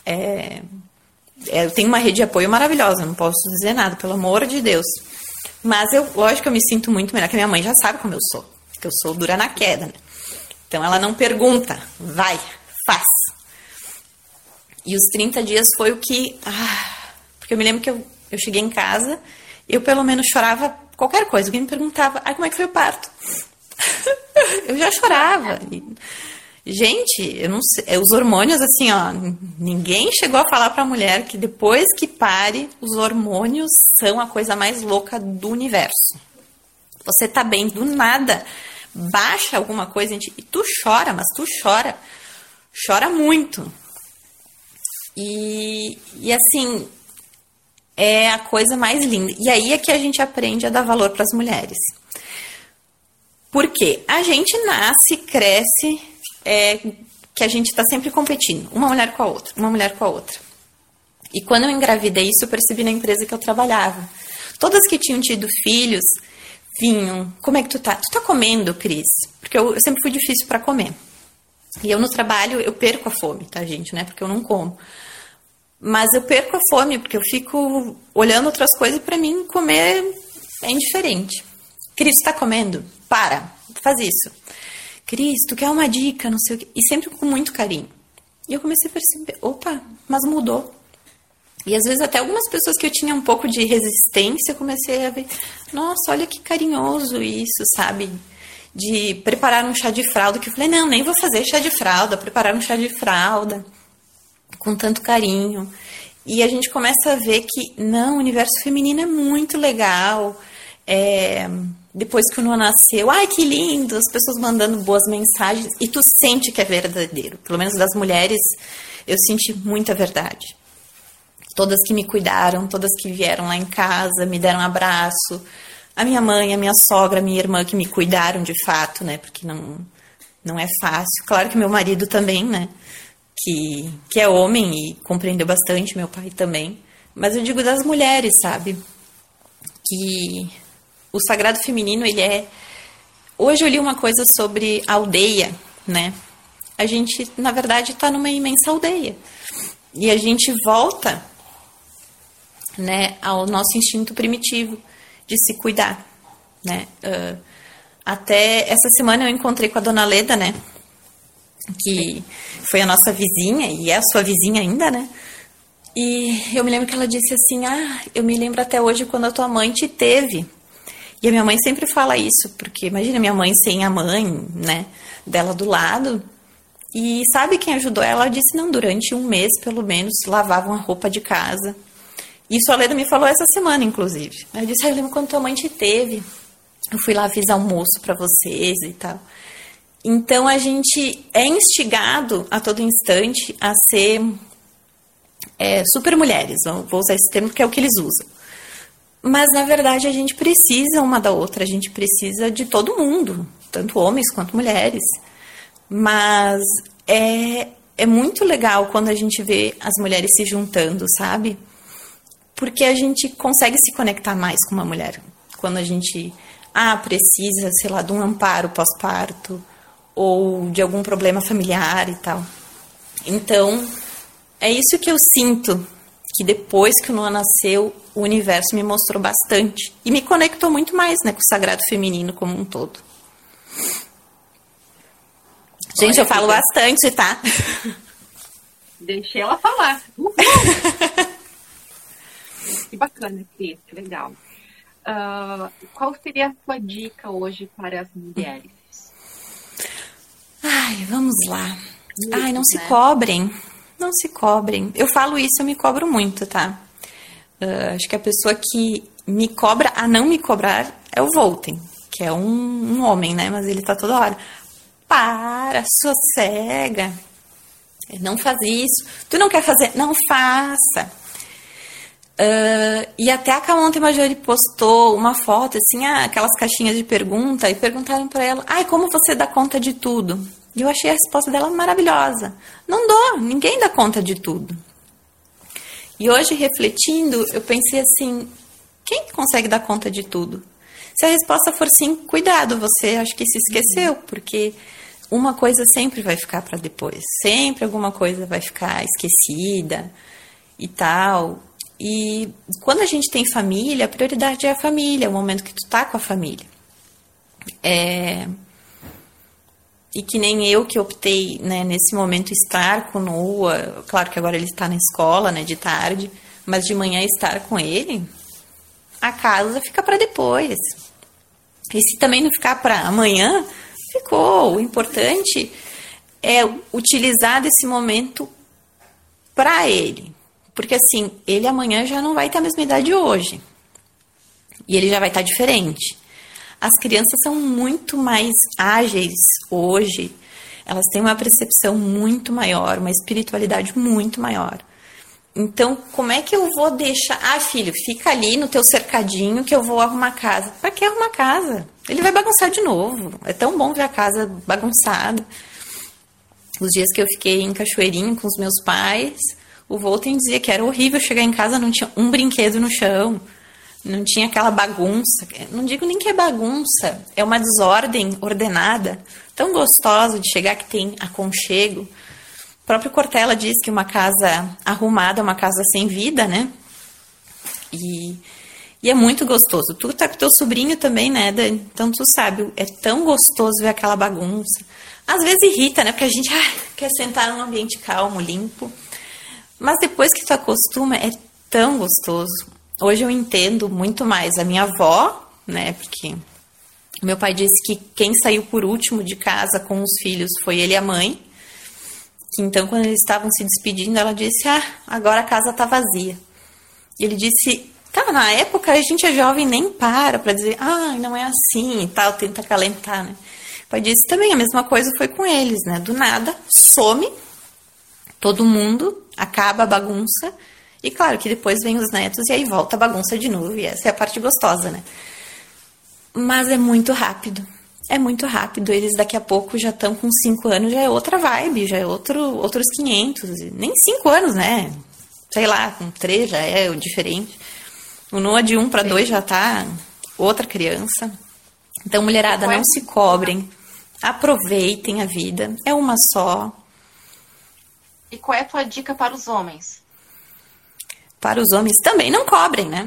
Eu tenho uma rede de apoio maravilhosa, não posso dizer nada, pelo amor de Deus. Mas, lógico que eu me sinto muito melhor, que a minha mãe já sabe como eu sou. Que eu sou dura na queda, né? Então, ela não pergunta, vai, faz. E os 30 dias foi o que... porque eu me lembro que eu cheguei em casa, eu pelo menos chorava qualquer coisa. Alguém me perguntava, como é que foi o parto? Eu já chorava. Gente, eu não sei, os hormônios, assim, ninguém chegou a falar pra mulher que depois que pare, os hormônios são a coisa mais louca do universo. Você tá bem, do nada, baixa alguma coisa, gente, e tu chora, mas tu chora muito. E assim, é a coisa mais linda. E aí é que a gente aprende a dar valor para as mulheres. Porque a gente nasce, cresce, que a gente está sempre competindo, uma mulher com a outra, uma mulher com a outra. E quando eu engravidei, isso eu percebi na empresa que eu trabalhava. Todas que tinham tido filhos vinham, como é que tu tá? Tu tá comendo, Cris? Porque eu sempre fui difícil para comer. E eu no trabalho, eu perco a fome, tá, gente, né? Porque eu não como. Mas eu perco a fome, porque eu fico olhando outras coisas e pra mim comer é indiferente. Cris, tu tá comendo? Para, faz isso. Cris, tu quer uma dica, não sei o quê. E sempre com muito carinho. E eu comecei a perceber, opa, mas mudou. E às vezes até algumas pessoas que eu tinha um pouco de resistência, eu comecei a ver, nossa, olha que carinhoso isso, sabe? De preparar um chá de fralda, que eu falei, não, nem vou fazer chá de fralda, preparar um chá de fralda com tanto carinho. E a gente começa a ver que, não, o universo feminino é muito legal. Depois que o Noah nasceu, ai, que lindo, as pessoas mandando boas mensagens, e tu sente que é verdadeiro. Pelo menos das mulheres, eu senti muita verdade. Todas que me cuidaram, todas que vieram lá em casa, me deram um abraço. A minha mãe, a minha sogra, a minha irmã, que me cuidaram de fato, né? Porque não é fácil. Claro que meu marido também, né? Que é homem e compreendeu bastante, meu pai também. Mas eu digo das mulheres, sabe? Que o sagrado feminino, ele é... Hoje eu li uma coisa sobre aldeia, né? A gente, na verdade, está numa imensa aldeia. E a gente volta, né, ao nosso instinto primitivo de se cuidar, né? Até essa semana eu encontrei com a dona Leda, né? Que foi a nossa vizinha, e é a sua vizinha ainda, né? E eu me lembro que ela disse assim, eu me lembro até hoje quando a tua mãe te teve. E a minha mãe sempre fala isso, porque imagina minha mãe sem a mãe, né, dela do lado. E sabe quem ajudou ela? Ela disse, não, durante um mês, pelo menos, lavavam a roupa de casa. Isso a Leda me falou essa semana, inclusive. Ela disse, eu lembro quando tua mãe te teve. Eu fui lá, fiz almoço para vocês e tal. Então, a gente é instigado a todo instante a ser super mulheres. Vou usar esse termo porque é o que eles usam. Mas, na verdade, a gente precisa uma da outra. A gente precisa de todo mundo, tanto homens quanto mulheres. Mas é muito legal quando a gente vê as mulheres se juntando, sabe? Porque a gente consegue se conectar mais com uma mulher. Quando a gente precisa, sei lá, de um amparo pós-parto ou de algum problema familiar e tal. Então, é isso que eu sinto, que depois que o Noah nasceu, o universo me mostrou bastante. E me conectou muito mais, né, com o sagrado feminino como um todo. Gente, eu falo bastante, tá? Deixei ela falar. Que bacana, Cris, que legal. Qual seria a sua dica hoje para as mulheres? Vamos lá. Não se cobrem. Não se cobrem. Eu falo isso, eu me cobro muito, tá? Acho que a pessoa que me cobra a não me cobrar é o Volten, que é um homem, né? Mas ele tá toda hora. Para, sossega. Não faz isso. Tu não quer fazer? Não faça. E até a Camonte Majori postou uma foto, assim, aquelas caixinhas de pergunta, e perguntaram pra ela, como você dá conta de tudo? E eu achei a resposta dela maravilhosa. Não dou, ninguém dá conta de tudo. E hoje, refletindo, eu pensei assim, quem consegue dar conta de tudo? Se a resposta for sim, cuidado, você acho que se esqueceu, porque uma coisa sempre vai ficar para depois. Sempre alguma coisa vai ficar esquecida e tal. E quando a gente tem família, a prioridade é a família, é o momento que tu tá com a família. E que nem eu que optei, né, nesse momento estar com o Noah, claro que agora ele está na escola, né, de tarde, mas de manhã estar com ele, a casa fica para depois. E se também não ficar para amanhã, ficou. O importante é utilizar desse momento para ele. Porque assim, ele amanhã já não vai ter a mesma idade de hoje. E ele já vai estar diferente. As crianças são muito mais ágeis hoje. Elas têm uma percepção muito maior, uma espiritualidade muito maior. Então, como é que eu vou deixar... Ah, filho, fica ali no teu cercadinho que eu vou arrumar casa. Pra que arrumar casa? Ele vai bagunçar de novo. É tão bom ver a casa bagunçada. Os dias que eu fiquei em Cachoeirinho com os meus pais, o Volten dizia que era horrível chegar em casa, não tinha um brinquedo no chão. Não tinha aquela bagunça. Não digo nem que é bagunça. É uma desordem ordenada. Tão gostosa de chegar que tem aconchego. O próprio Cortella diz que uma casa arrumada é uma casa sem vida, né? E é muito gostoso. Tu tá com teu sobrinho também, né, Dan? Então tu sabe, é tão gostoso ver aquela bagunça. Às vezes irrita, né? Porque a gente quer sentar num ambiente calmo, limpo. Mas depois que tu acostuma, é tão gostoso. Hoje eu entendo muito mais a minha avó, né? Porque meu pai disse que quem saiu por último de casa com os filhos foi ele e a mãe. Então, quando eles estavam se despedindo, ela disse, agora a casa tá vazia. E ele disse, na época a gente é jovem, nem para dizer, não é assim e tal, tenta acalentar, né? O pai disse também, a mesma coisa foi com eles, né? Do nada, some todo mundo, acaba a bagunça, e claro que depois vem os netos e aí volta a bagunça de novo, e essa é a parte gostosa, né? Mas é muito rápido. É muito rápido, eles daqui a pouco já estão com 5 anos, já é outra vibe, já é outros 500, nem 5 anos, né? Sei lá, com 3 já é diferente. O Noah de 1 para 2 já tá outra criança. Então, mulherada, não se cobrem, aproveitem a vida, é uma só. E qual é a tua dica para os homens? Para os homens também não cobrem, né?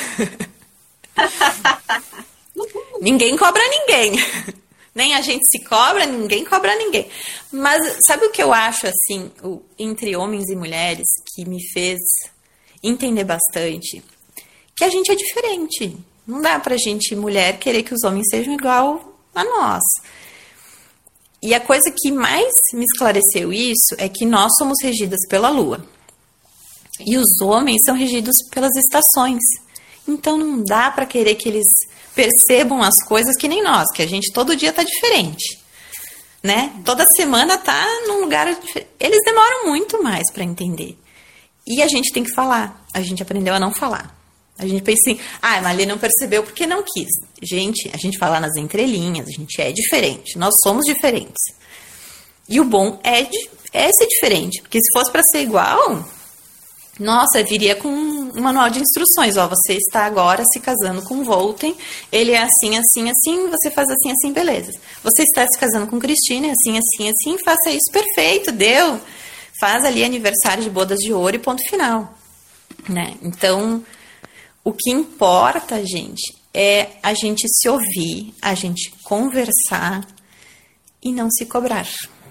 Ninguém cobra ninguém. Nem a gente se cobra, ninguém cobra ninguém. Mas sabe o que eu acho, assim, entre homens e mulheres, que me fez entender bastante? Que a gente é diferente. Não dá pra gente, mulher, querer que os homens sejam igual a nós. E a coisa que mais me esclareceu isso é que nós somos regidas pela lua. E os homens são regidos pelas estações. Então não dá pra querer que eles percebam as coisas que nem nós, que a gente todo dia tá diferente, né? Toda semana tá num lugar diferente. Eles demoram muito mais pra entender. E a gente tem que falar. A gente aprendeu a não falar. A gente pensa assim, mas ele não percebeu porque não quis. Gente, a gente fala nas entrelinhas, a gente é diferente. Nós somos diferentes. E o bom é ser diferente. Porque se fosse pra ser igual, nossa, viria com um manual de instruções. Você está agora se casando com o Volten, ele é assim, assim, assim, você faz assim, assim, beleza. Você está se casando com Cristina, é assim, assim, assim, faça isso, perfeito, deu. Faz ali aniversário de bodas de ouro e ponto final, né? Então, o que importa, gente, é a gente se ouvir, a gente conversar e não se cobrar.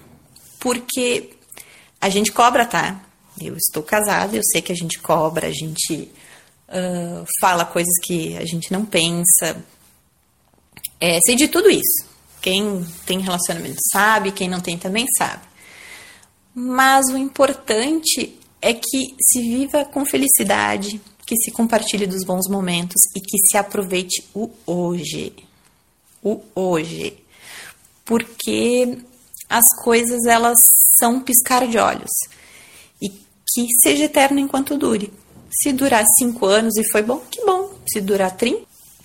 Porque a gente cobra, tá? Eu estou casada, eu sei que a gente cobra, a gente fala coisas que a gente não pensa. Sei de tudo isso. Quem tem relacionamento sabe, quem não tem também sabe. Mas o importante é que se viva com felicidade, que se compartilhe dos bons momentos e que se aproveite o hoje. O hoje. Porque as coisas, elas são um piscar de olhos. E que seja eterno enquanto dure. Se durar 5 anos e foi bom, que bom. Se durar 30,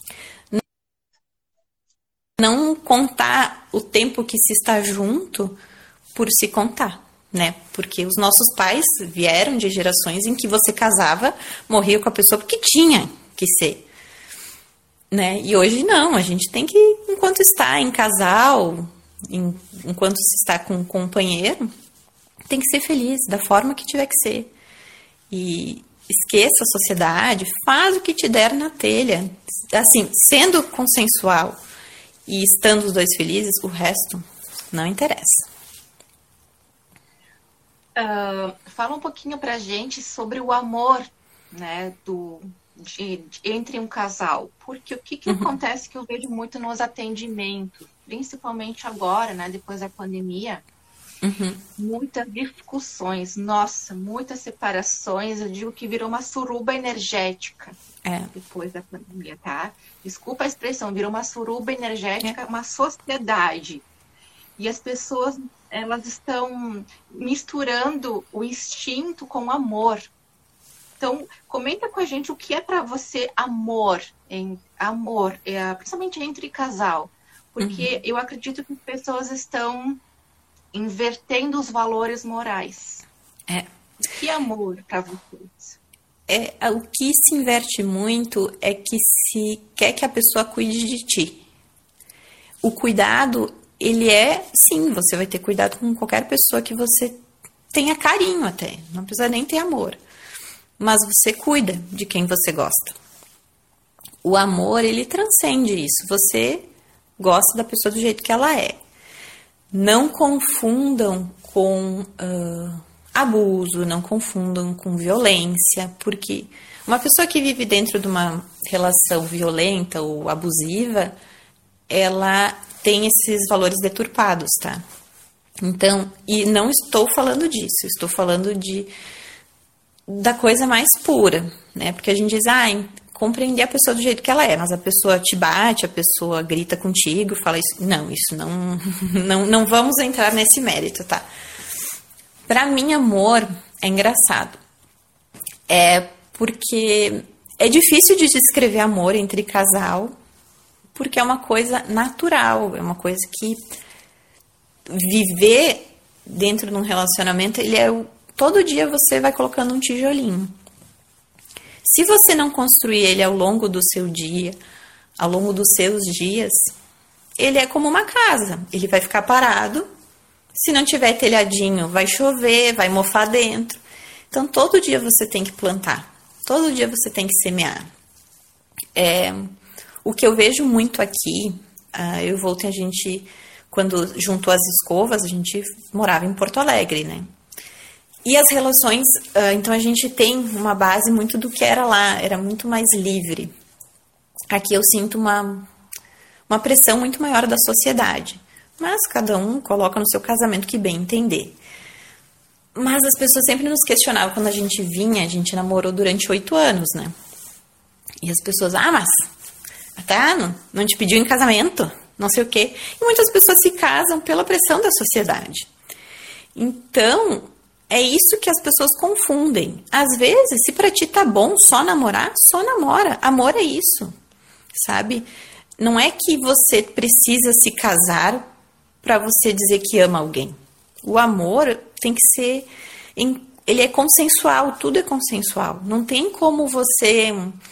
não contar o tempo que se está junto por se contar, né? Porque os nossos pais vieram de gerações em que você casava, morria com a pessoa porque tinha que ser, né? E hoje não, a gente tem que, enquanto está em casal, enquanto se está com um companheiro, tem que ser feliz da forma que tiver que ser. E esqueça a sociedade, faz o que te der na telha. Assim, sendo consensual e estando os dois felizes, o resto não interessa. Fala um pouquinho pra gente sobre o amor, né, entre um casal. Porque o que acontece que eu vejo muito nos atendimentos, principalmente agora, né, depois da pandemia, muitas discussões, nossa, muitas separações, eu digo que virou uma suruba energética depois da pandemia, tá? Desculpa a expressão, virou uma suruba energética, uma sociedade. E as pessoas, elas estão misturando o instinto com o amor. Então, comenta com a gente o que é para você amor, principalmente entre casal. Porque eu acredito que as pessoas estão invertendo os valores morais. O que é amor para vocês? O que se inverte muito é que se quer que a pessoa cuide de ti. O cuidado, ele sim, você vai ter cuidado com qualquer pessoa que você tenha carinho até. Não precisa nem ter amor. Mas você cuida de quem você gosta. O amor, ele transcende isso. Você gosta da pessoa do jeito que ela é. Não confundam com abuso, não confundam com violência, porque uma pessoa que vive dentro de uma relação violenta ou abusiva, ela tem esses valores deturpados, tá? Então, e não estou falando disso, estou falando da coisa mais pura, né? Porque a gente diz, compreender a pessoa do jeito que ela é, mas a pessoa te bate, a pessoa grita contigo, fala isso. Não, isso não vamos entrar nesse mérito, tá? Pra mim, amor é engraçado. Porque é difícil de descrever amor entre casal, porque é uma coisa natural, é uma coisa que viver dentro de um relacionamento, todo dia você vai colocando um tijolinho. Se você não construir ele ao longo do seu dia, ao longo dos seus dias, ele é como uma casa. Ele vai ficar parado. Se não tiver telhadinho, vai chover, vai mofar dentro. Então, todo dia você tem que plantar. Todo dia você tem que semear. O que eu vejo muito aqui, eu voltei, quando juntou as escovas, a gente morava em Porto Alegre, né? E as relações, então a gente tem uma base muito do que era lá, era muito mais livre. Aqui eu sinto uma pressão muito maior da sociedade. Mas cada um coloca no seu casamento que bem entender. Mas as pessoas sempre nos questionavam quando a gente namorou durante 8 anos, né? E as pessoas, mas não te pediu em casamento, não sei o quê. E muitas pessoas se casam pela pressão da sociedade. Então, é isso que as pessoas confundem. Às vezes, se pra ti tá bom só namorar, só namora. Amor é isso, sabe? Não é que você precisa se casar pra você dizer que ama alguém. O amor tem que ser... Ele é consensual, tudo é consensual. Não tem como você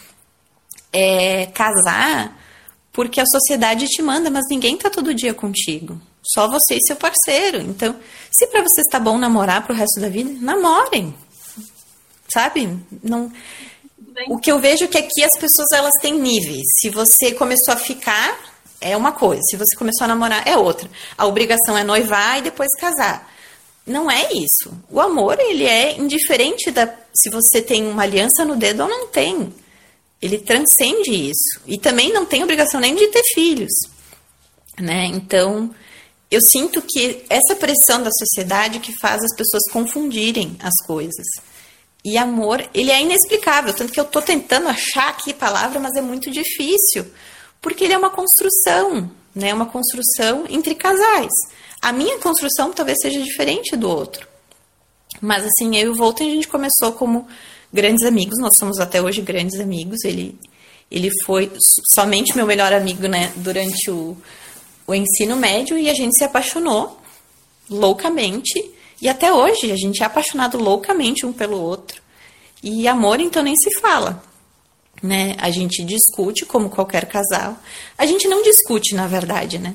casar porque a sociedade te manda, mas ninguém tá todo dia contigo. Só você e seu parceiro. Então, se pra vocês tá bom namorar pro resto da vida, namorem. Sabe? Não... O que eu vejo é que aqui as pessoas, elas têm níveis. Se você começou a ficar, é uma coisa. Se você começou a namorar, é outra. A obrigação é noivar e depois casar. Não é isso. O amor, ele é indiferente se você tem uma aliança no dedo ou não tem. Ele transcende isso. E também não tem obrigação nem de ter filhos. Né? Então... eu sinto que essa pressão da sociedade que faz as pessoas confundirem as coisas. E amor, ele é inexplicável. Tanto que eu estou tentando achar aqui palavra, mas é muito difícil. Porque ele é uma construção, né? Uma construção entre casais. A minha construção talvez seja diferente do outro. Mas assim, eu e o Volten, a gente começou como grandes amigos. Nós somos até hoje grandes amigos. Ele foi somente meu melhor amigo, né? Durante o ensino médio, e a gente se apaixonou loucamente, e até hoje a gente é apaixonado loucamente um pelo outro. E amor, então, nem se fala, né? A gente discute como qualquer casal. A gente não discute, na verdade, né?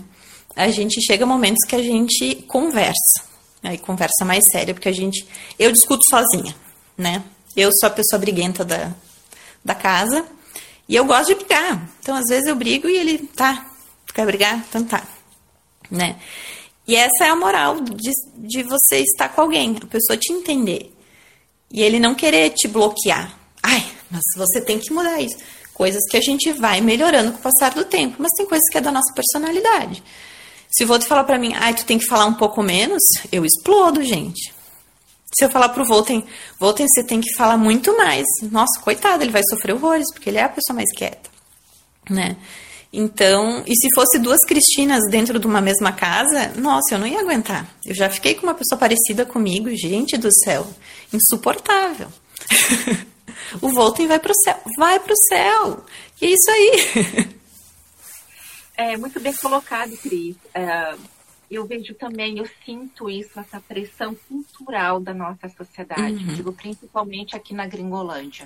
a gente chega a momentos que a gente conversa. Aí conversa mais séria, porque eu discuto sozinha, né? Eu sou a pessoa briguenta da casa e eu gosto de brigar. Então, às vezes eu brigo e ele, tá, tu quer brigar? Então tá, né? E essa é a moral de você estar com alguém, a pessoa te entender. E ele não querer te bloquear. Ai, mas você tem que mudar isso. Coisas que a gente vai melhorando com o passar do tempo, mas tem coisas que é da nossa personalidade. Se o outro falar pra mim, ai, tu tem que falar um pouco menos, eu explodo, gente. Se eu falar pro Volten, você tem que falar muito mais. Nossa, coitado, ele vai sofrer horrores, porque ele é a pessoa mais quieta, né? Então, e se fosse duas Cristinas dentro de uma mesma casa, nossa, eu não ia aguentar. Eu já fiquei com uma pessoa parecida comigo, gente do céu, insuportável. O Volten vai pro céu. E é isso aí. É muito bem colocado, Cris. Eu vejo também, eu sinto isso, essa pressão cultural da nossa sociedade, digo, principalmente aqui na Gringolândia.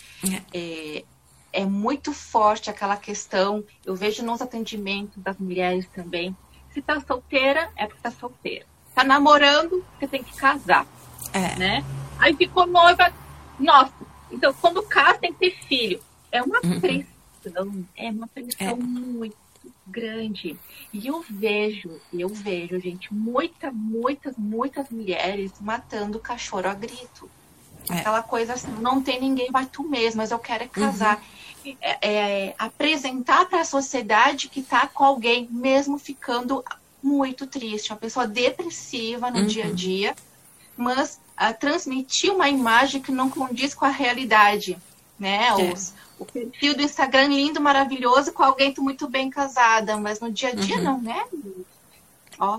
É muito forte aquela questão, eu vejo nos atendimentos das mulheres também, se tá solteira, é porque tá solteira. Tá namorando, você tem que casar, né? Aí ficou noiva, nossa, então quando casa tem que ter filho. É uma pressão muito grande. E eu vejo, gente, muitas mulheres matando cachorro a grito. Aquela coisa assim, não tem ninguém, vai tu mesmo, mas eu quero casar. Apresentar para a sociedade que tá com alguém, mesmo ficando muito triste, uma pessoa depressiva no dia a dia, mas transmitir uma imagem que não condiz com a realidade, né? O perfil do Instagram lindo, maravilhoso, com alguém muito bem casada, mas no dia a dia não, né? Ó.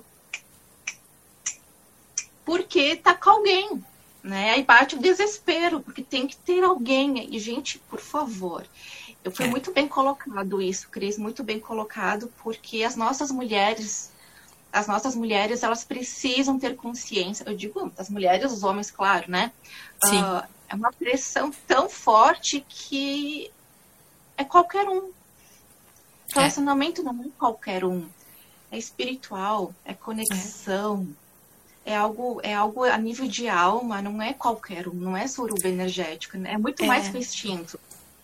Porque tá com alguém, né? Aí bate o desespero, porque tem que ter alguém. E, gente, por favor, foi muito bem colocado isso, Cris, muito bem colocado, porque as nossas mulheres, elas precisam ter consciência. Eu digo, as mulheres, os homens, claro, né? Sim. É uma pressão tão forte que é qualquer um. Relacionamento não é qualquer um. É espiritual, é conexão. É algo a nível de alma, não é qualquer um, não é suruba energética, né? É muito mais que o instinto.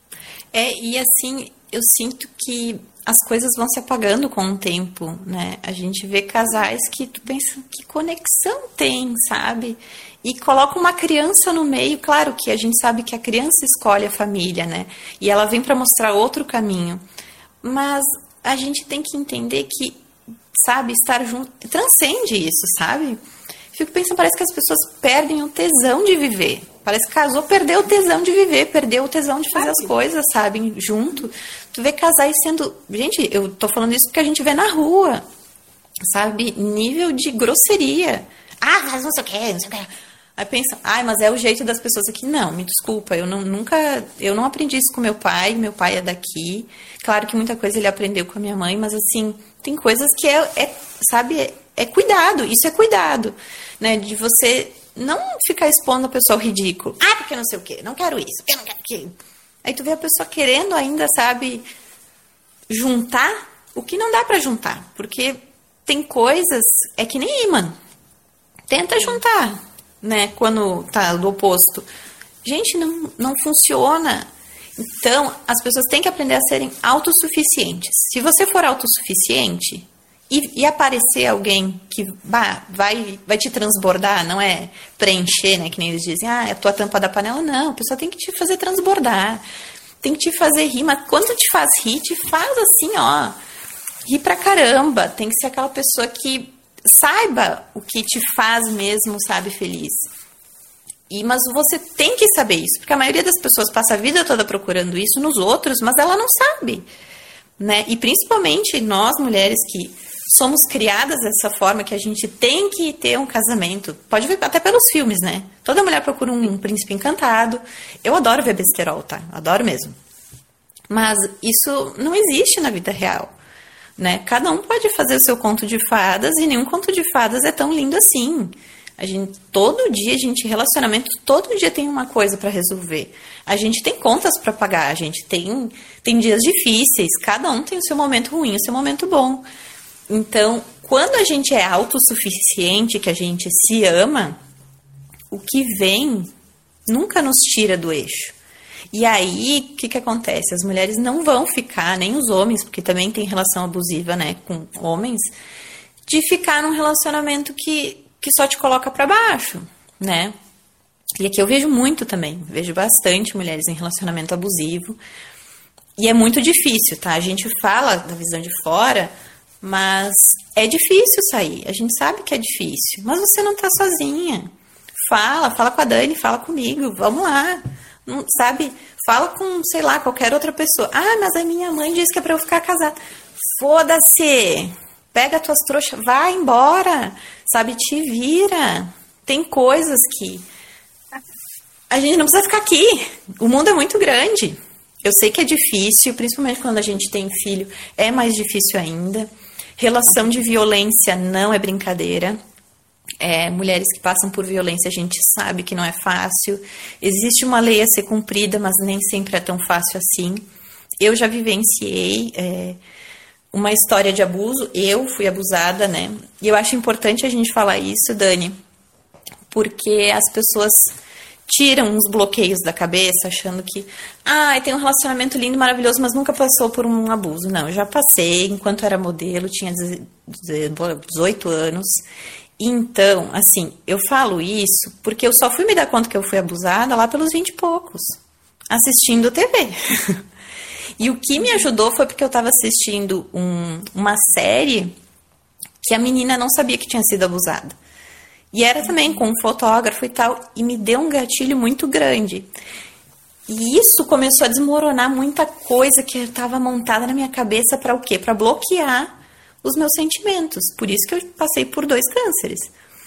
E assim, eu sinto que as coisas vão se apagando com o tempo, né? A gente vê casais que tu pensa, que conexão tem, sabe? E coloca uma criança no meio, claro que a gente sabe que a criança escolhe a família, né? E ela vem para mostrar outro caminho. Mas a gente tem que entender que, sabe, estar junto transcende isso, sabe? Fico pensando, parece que as pessoas perdem o tesão de viver. Parece que casou, perdeu o tesão de viver, perdeu o tesão de fazer as coisas, sabe, junto. Tu vê casais sendo... Gente, eu tô falando isso porque a gente vê na rua, sabe, nível de grosseria. Ah, mas não sei o que, não sei o que. Aí pensa, mas é o jeito das pessoas aqui. Não, me desculpa, eu não aprendi isso com meu pai é daqui. Claro que muita coisa ele aprendeu com a minha mãe, mas assim, tem coisas que sabe, é cuidado, isso é cuidado, né, de você não ficar expondo a pessoa ao ridículo. Porque não sei o quê, não quero isso, eu não quero aquilo. Aí tu vê a pessoa querendo ainda, sabe, juntar o que não dá pra juntar, porque tem coisas, é que nem imã. Tenta juntar, né, quando tá do oposto. Gente, não funciona. Então, as pessoas têm que aprender a serem autossuficientes. Se você for autossuficiente e aparecer alguém que vai te transbordar, não é preencher, né, que nem eles dizem, é a tua tampa da panela. Não, a pessoa tem que te fazer transbordar, tem que te fazer rir, mas quando te faz rir, te faz assim, ó, rir pra caramba. Tem que ser aquela pessoa que saiba o que te faz mesmo, sabe, feliz. Mas você tem que saber isso, porque a maioria das pessoas passa a vida toda procurando isso nos outros, mas ela não sabe, né? E principalmente nós, mulheres, que somos criadas dessa forma, que a gente tem que ter um casamento. Pode ver até pelos filmes, né? Toda mulher procura um príncipe encantado. Eu adoro ver besterol, tá? Adoro mesmo. Mas isso não existe na vida real, né? Cada um pode fazer o seu conto de fadas e nenhum conto de fadas é tão lindo assim. Todo dia, relacionamento, todo dia tem uma coisa para resolver. A gente tem contas para pagar, a gente tem dias difíceis, cada um tem o seu momento ruim, o seu momento bom. Então, quando a gente é autossuficiente, que a gente se ama, o que vem nunca nos tira do eixo. E aí, o que acontece? As mulheres não vão ficar, nem os homens, porque também tem relação abusiva, né, com homens, de ficar num relacionamento que só te coloca pra baixo, né? E aqui eu vejo muito também, vejo bastante mulheres em relacionamento abusivo. E é muito difícil, tá? A gente fala da visão de fora, mas é difícil sair. A gente sabe que é difícil, mas você não tá sozinha. Fala com a Dani, fala comigo, vamos lá. Não, sabe? Fala com, sei lá, qualquer outra pessoa. Ah, mas a minha mãe disse que é pra eu ficar casada. Foda-se! Pega tuas trouxas, vai embora, sabe? Te vira. Tem coisas que a gente não precisa ficar aqui. O mundo é muito grande. Eu sei que é difícil, principalmente quando a gente tem filho, é mais difícil ainda. Relação de violência não é brincadeira. Mulheres que passam por violência, a gente sabe que não é fácil. Existe uma lei a ser cumprida, mas nem sempre é tão fácil assim. Eu já vivenciei uma história de abuso, eu fui abusada, né? E eu acho importante a gente falar isso, Dani, porque as pessoas tiram uns bloqueios da cabeça, achando que tem um relacionamento lindo, maravilhoso, mas nunca passou por um abuso. Não, eu já passei, enquanto era modelo, tinha 18 anos. Então, assim, eu falo isso porque eu só fui me dar conta que eu fui abusada lá pelos 20 e poucos, assistindo TV. E o que me ajudou foi porque eu estava assistindo uma série que a menina não sabia que tinha sido abusada. E era também com um fotógrafo e tal, e me deu um gatilho muito grande. E isso começou a desmoronar muita coisa que estava montada na minha cabeça para o quê? Para bloquear os meus sentimentos. Por isso que eu passei por 2 cânceres.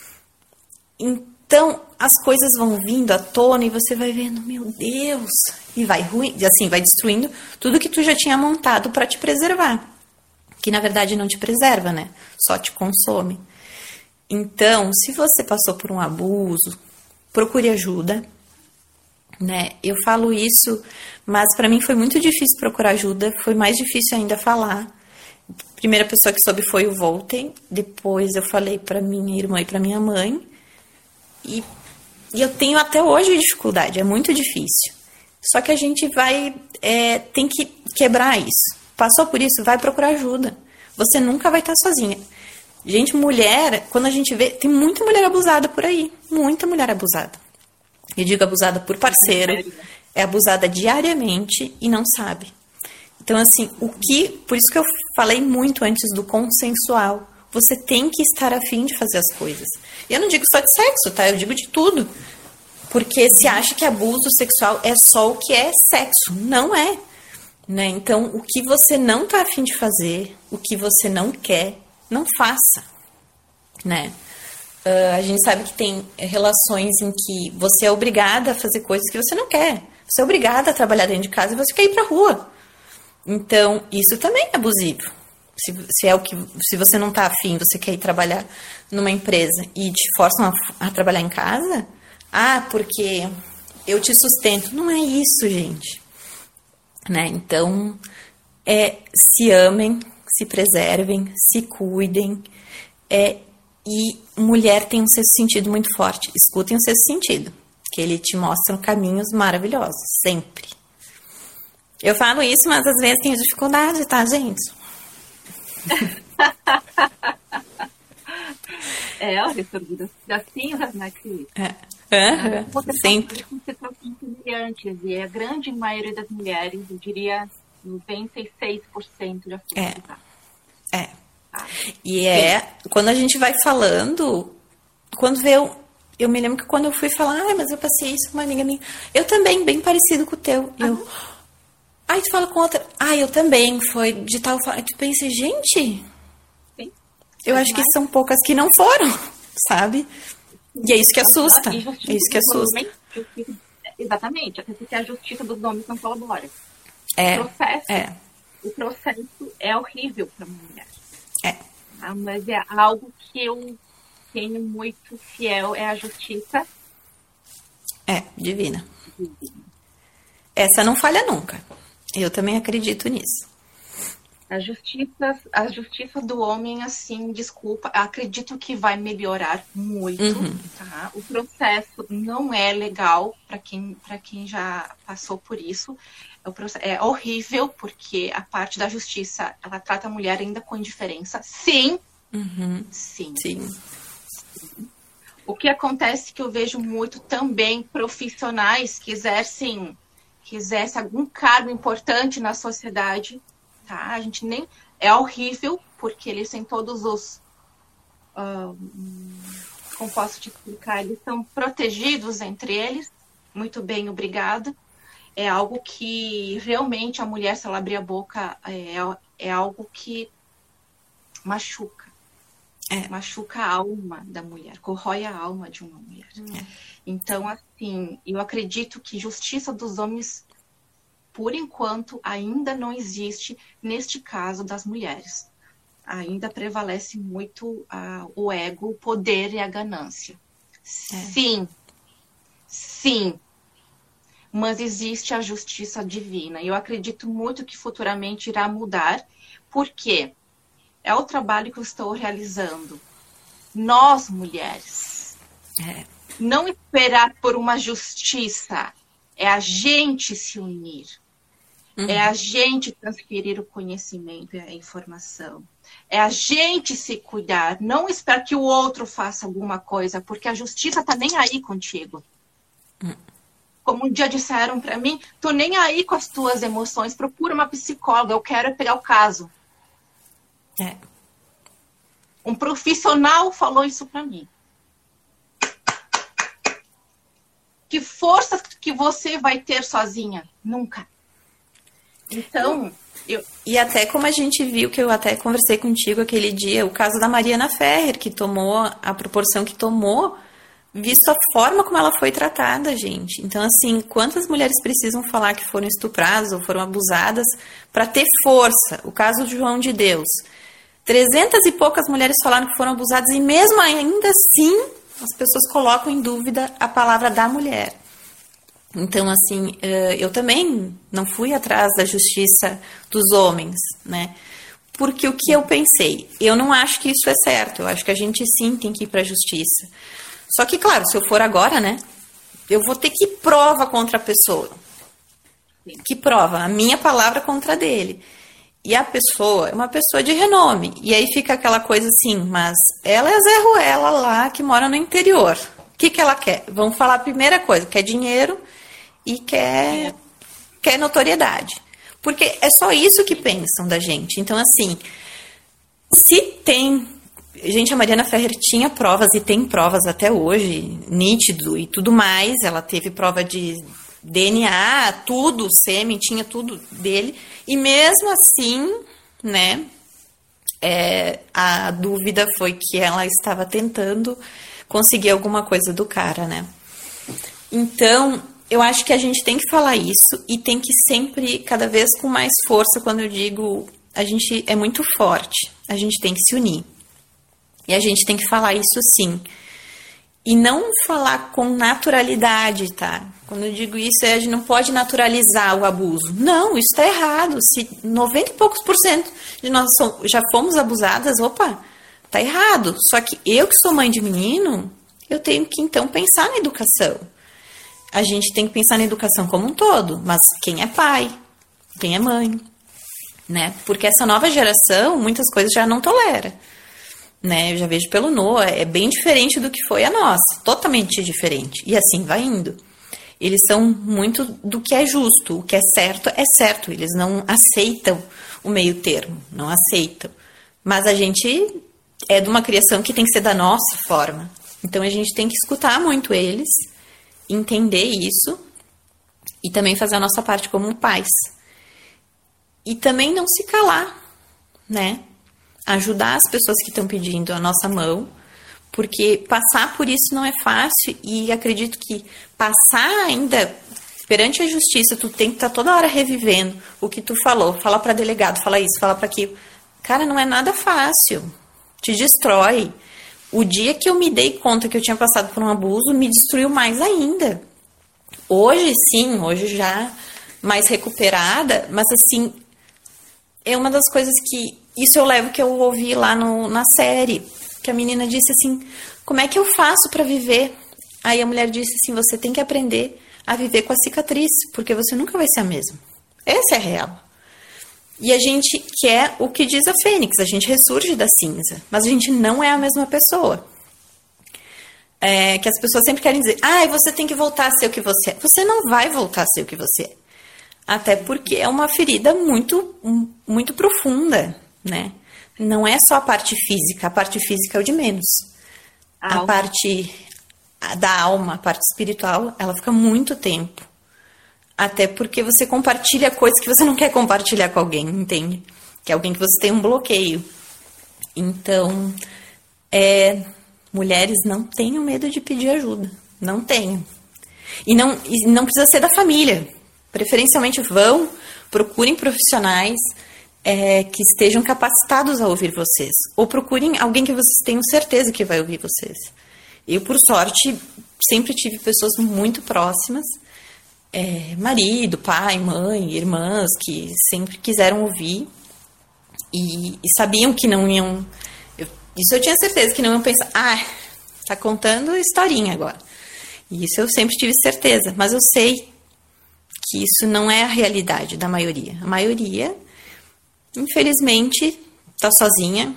Então, as coisas vão vindo à tona e você vai vendo, meu Deus, e vai ruim, assim, vai destruindo tudo que tu já tinha montado para te preservar. Que na verdade não te preserva, né? Só te consome. Então, se você passou por um abuso, procure ajuda, né? Eu falo isso, mas para mim foi muito difícil procurar ajuda, foi mais difícil ainda falar. A primeira pessoa que soube foi o Volten, depois eu falei para minha irmã e para minha mãe, e eu tenho até hoje dificuldade, é muito difícil. Só que a gente tem que quebrar isso. Passou por isso, vai procurar ajuda. Você nunca vai estar sozinha. Gente, mulher, quando a gente vê, tem muita mulher abusada por aí. Muita mulher abusada. Eu digo abusada por parceiro, é abusada diariamente e não sabe. Então, assim, por isso que eu falei muito antes do consensual. Você tem que estar afim de fazer as coisas. E eu não digo só de sexo, tá? Eu digo de tudo. Porque se acha que abuso sexual é só o que é sexo. Não é. Né? Então, o que você não tá afim de fazer, o que você não quer, não faça, né? A gente sabe que tem relações em que você é obrigada a fazer coisas que você não quer. Você é obrigada a trabalhar dentro de casa e você quer ir pra rua. Então, isso também é abusivo. Se você não tá afim, você quer ir trabalhar numa empresa e te forçam a trabalhar em casa, porque eu te sustento. Não é isso, gente. Né? Então, se amem, se preservem, se cuidem. E mulher tem um sexto sentido muito forte. Escutem o sexto sentido, que ele te mostra caminhos maravilhosos, sempre. Eu falo isso, mas às vezes tenho dificuldade, tá, gente? Olha, assim, né, que... sempre. Você trouxe brilhantes, e a grande maioria das mulheres, eu diria 96% já foi abusada. E quando a gente vai falando, quando vê, eu me lembro que quando eu fui falar, mas eu passei isso com uma amiga minha, eu também, bem parecido com o teu. Aí tu fala com outra, eu também, foi de tal forma. Aí tu pensa, gente, sim, eu acho que são poucas que não foram, sabe? E é isso que assusta. É isso que assusta. Exatamente, até porque a justiça dos homens não colabora. O processo é horrível para a mulher. Mas é algo que eu tenho muito fiel, é a justiça. Divina. Essa não falha nunca. Eu também acredito nisso. A justiça do homem, assim, desculpa, acredito que vai melhorar muito, tá? O processo não é legal para quem já passou por isso. É horrível, porque a parte da justiça, ela trata a mulher ainda com indiferença. Sim. Sim. O que acontece que eu vejo muito também profissionais que exercem algum cargo importante na sociedade, tá? A gente nem... É horrível, porque eles têm todos os... como posso te explicar? Eles são protegidos entre eles. Muito bem, obrigada. É algo que realmente a mulher, se ela abrir a boca, é algo que machuca. Machuca a alma da mulher, corrói a alma de uma mulher. Então, assim, eu acredito que justiça dos homens, por enquanto, ainda não existe neste caso das mulheres. Ainda prevalece muito o ego, o poder e a ganância. Sim. Mas existe a justiça divina. E eu acredito muito que futuramente irá mudar. Por quê? É o trabalho que eu estou realizando. Nós, mulheres. Não esperar por uma justiça. É a gente se unir. É a gente transferir o conhecimento e a informação. É a gente se cuidar. Não esperar que o outro faça alguma coisa, porque a justiça tá nem aí contigo. Como um dia disseram para mim, tô nem aí com as tuas emoções, procura uma psicóloga, eu quero pegar o caso. Um profissional falou isso para mim. Que força que você vai ter sozinha? Nunca. Então, E até como a gente viu, que eu até conversei contigo aquele dia, o caso da Mariana Ferrer, que tomou a proporção que tomou, visto a forma como ela foi tratada, gente. Então, assim, quantas mulheres precisam falar que foram estupradas ou foram abusadas para ter força? O caso de João de Deus. 300 e poucas mulheres falaram que foram abusadas e mesmo ainda assim as pessoas colocam em dúvida a palavra da mulher. Então, assim, eu também não fui atrás da justiça dos homens, né? Porque o que eu pensei? Eu não acho que isso é certo. Eu acho que a gente sim tem que ir para a justiça. Só que, claro, se eu for agora, né? Eu vou ter que prova contra a pessoa. Que prova? A minha palavra contra a dele. E a pessoa é uma pessoa de renome. E aí fica aquela coisa assim, mas ela é Zé Ruela lá, que mora no interior. O que ela quer? Vamos falar a primeira coisa, quer dinheiro e quer notoriedade. Porque é só isso que pensam da gente. Então, assim, se tem... Gente, a Mariana Ferrer tinha provas e tem provas até hoje, nítido e tudo mais. Ela teve prova de DNA, tudo, sêmen, tinha tudo dele. E mesmo assim, né, a dúvida foi que ela estava tentando conseguir alguma coisa do cara, né. Então, eu acho que a gente tem que falar isso e tem que sempre, cada vez com mais força, quando eu digo, a gente é muito forte, a gente tem que se unir. E a gente tem que falar isso sim. E não falar com naturalidade, tá? Quando eu digo isso, a gente não pode naturalizar o abuso. Não, isso tá errado. Se 90 e poucos % de nós já fomos abusadas, opa, tá errado. Só que eu que sou mãe de menino, eu tenho que então pensar na educação. A gente tem que pensar na educação como um todo. Mas quem é pai? Quem é mãe? Né? Porque essa nova geração, muitas coisas já não tolera. Né, eu já vejo pelo Noah, é bem diferente do que foi a nossa, totalmente diferente, e assim vai indo. Eles são muito do que é justo, o que é certo, eles não aceitam o meio termo, não aceitam. Mas a gente é de uma criação que tem que ser da nossa forma, então a gente tem que escutar muito eles, entender isso, e também fazer a nossa parte como pais. E também não se calar, né? Ajudar as pessoas que estão pedindo a nossa mão, porque passar por isso não é fácil e acredito que passar ainda perante a justiça, tu tem que estar toda hora revivendo o que tu falou, fala para delegado, fala isso, fala para aquilo. Cara, não é nada fácil, te destrói. O dia que eu me dei conta que eu tinha passado por um abuso, me destruiu mais ainda. Hoje sim, hoje já mais recuperada, mas assim... é uma das coisas que... Isso eu levo que eu ouvi lá na série. Que a menina disse assim, como é que eu faço para viver? Aí a mulher disse assim, você tem que aprender a viver com a cicatriz, porque você nunca vai ser a mesma. Essa é a real. E a gente quer o que diz a Fênix, a gente ressurge da cinza, mas a gente não é a mesma pessoa. Que as pessoas sempre querem dizer, você tem que voltar a ser o que você é. Você não vai voltar a ser o que você é. Até porque é uma ferida muito, muito profunda, né? Não é só a parte física é o de menos. A parte da alma, a parte espiritual, ela fica muito tempo. Até porque você compartilha coisas que você não quer compartilhar com alguém, entende? Que é alguém que você tem um bloqueio. Então, mulheres não tenham medo de pedir ajuda. Não tenham. E não precisa ser da família. Preferencialmente procurem profissionais que estejam capacitados a ouvir vocês. Ou procurem alguém que vocês tenham certeza que vai ouvir vocês. Eu, por sorte, sempre tive pessoas muito próximas, marido, pai, mãe, irmãs, que sempre quiseram ouvir e sabiam que não iam... Isso eu tinha certeza, que não iam pensar, tá contando historinha agora. E isso eu sempre tive certeza, mas eu sei que isso não é a realidade da maioria. A maioria, infelizmente, tá sozinha,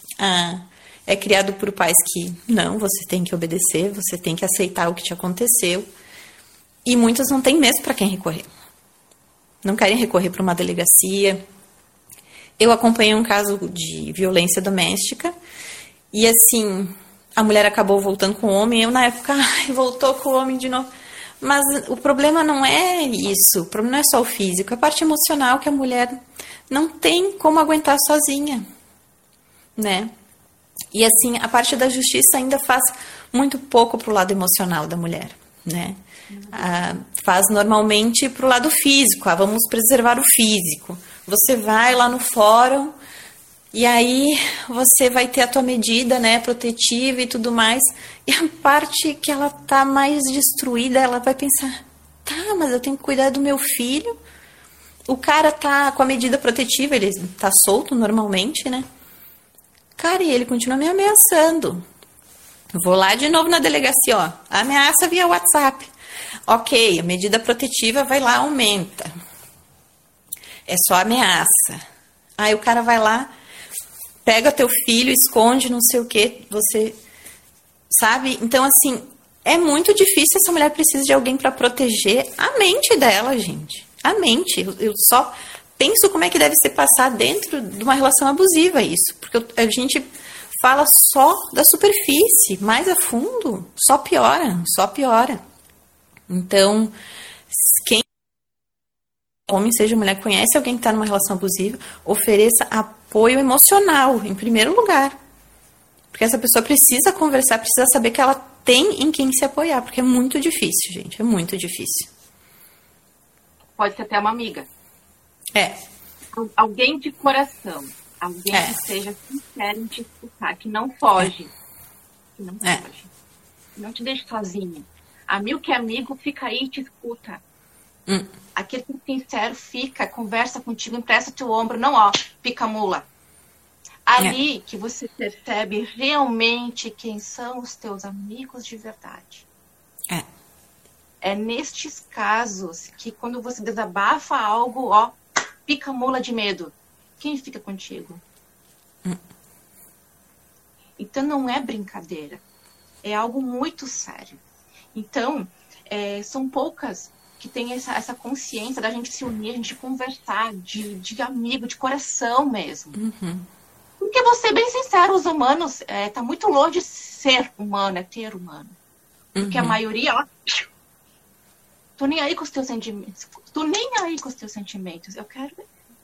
é criado por pais que, não, você tem que obedecer, você tem que aceitar o que te aconteceu. E muitas não têm mesmo para quem recorrer. Não querem recorrer para uma delegacia. Eu acompanhei um caso de violência doméstica e, assim, a mulher acabou voltando com o homem. Eu, na época, voltou com o homem de novo. Mas o problema não é isso. O problema não é só o físico. É a parte emocional que a mulher não tem como aguentar sozinha, né? E, assim, a parte da justiça ainda faz muito pouco pro lado emocional da mulher, né? Faz normalmente pro lado físico. Vamos preservar o físico. Você vai lá no fórum e aí você vai ter a tua medida, né, protetiva e tudo mais. E a parte que ela tá mais destruída, ela vai pensar, mas eu tenho que cuidar do meu filho. O cara tá com a medida protetiva, ele tá solto normalmente, né? Cara, e ele continua me ameaçando. Vou lá de novo na delegacia, ameaça via WhatsApp. Ok, a medida protetiva vai lá, aumenta. É só ameaça. Aí o cara vai lá, pega teu filho, esconde, não sei o que, você... Sabe? Então, assim, é muito difícil. Essa mulher precisa de alguém para proteger a mente dela, gente. A mente. Eu só penso como é que deve ser passar dentro de uma relação abusiva isso. Porque a gente fala só da superfície, mais a fundo, só piora, só piora. Então, quem, homem seja mulher, conhece alguém que está numa relação abusiva, ofereça apoio emocional, em primeiro lugar. Porque essa pessoa precisa conversar, precisa saber que ela tem em quem se apoiar, porque é muito difícil, gente, é muito difícil. Pode ser até uma amiga. Alguém de coração, alguém que seja sincero em te escutar, que não foge, que não foge, que não te deixe sozinha. Amigo que é amigo, fica aí e te escuta. Aquele que é sincero fica, conversa contigo, empresta teu ombro, não, pica mula. Ali que você percebe realmente quem são os teus amigos de verdade. É nestes casos que quando você desabafa algo, pica mula de medo. Quem fica contigo? Então não é brincadeira. É algo muito sério. Então, são poucas que têm essa consciência da gente se unir, a gente conversar, de amigo, de coração mesmo. Porque vou ser bem sincero, os humanos tá muito longe de ser humano, é ter humano. Porque a maioria, tô nem aí com os teus sentimentos. Tô nem aí com os teus sentimentos. Eu quero...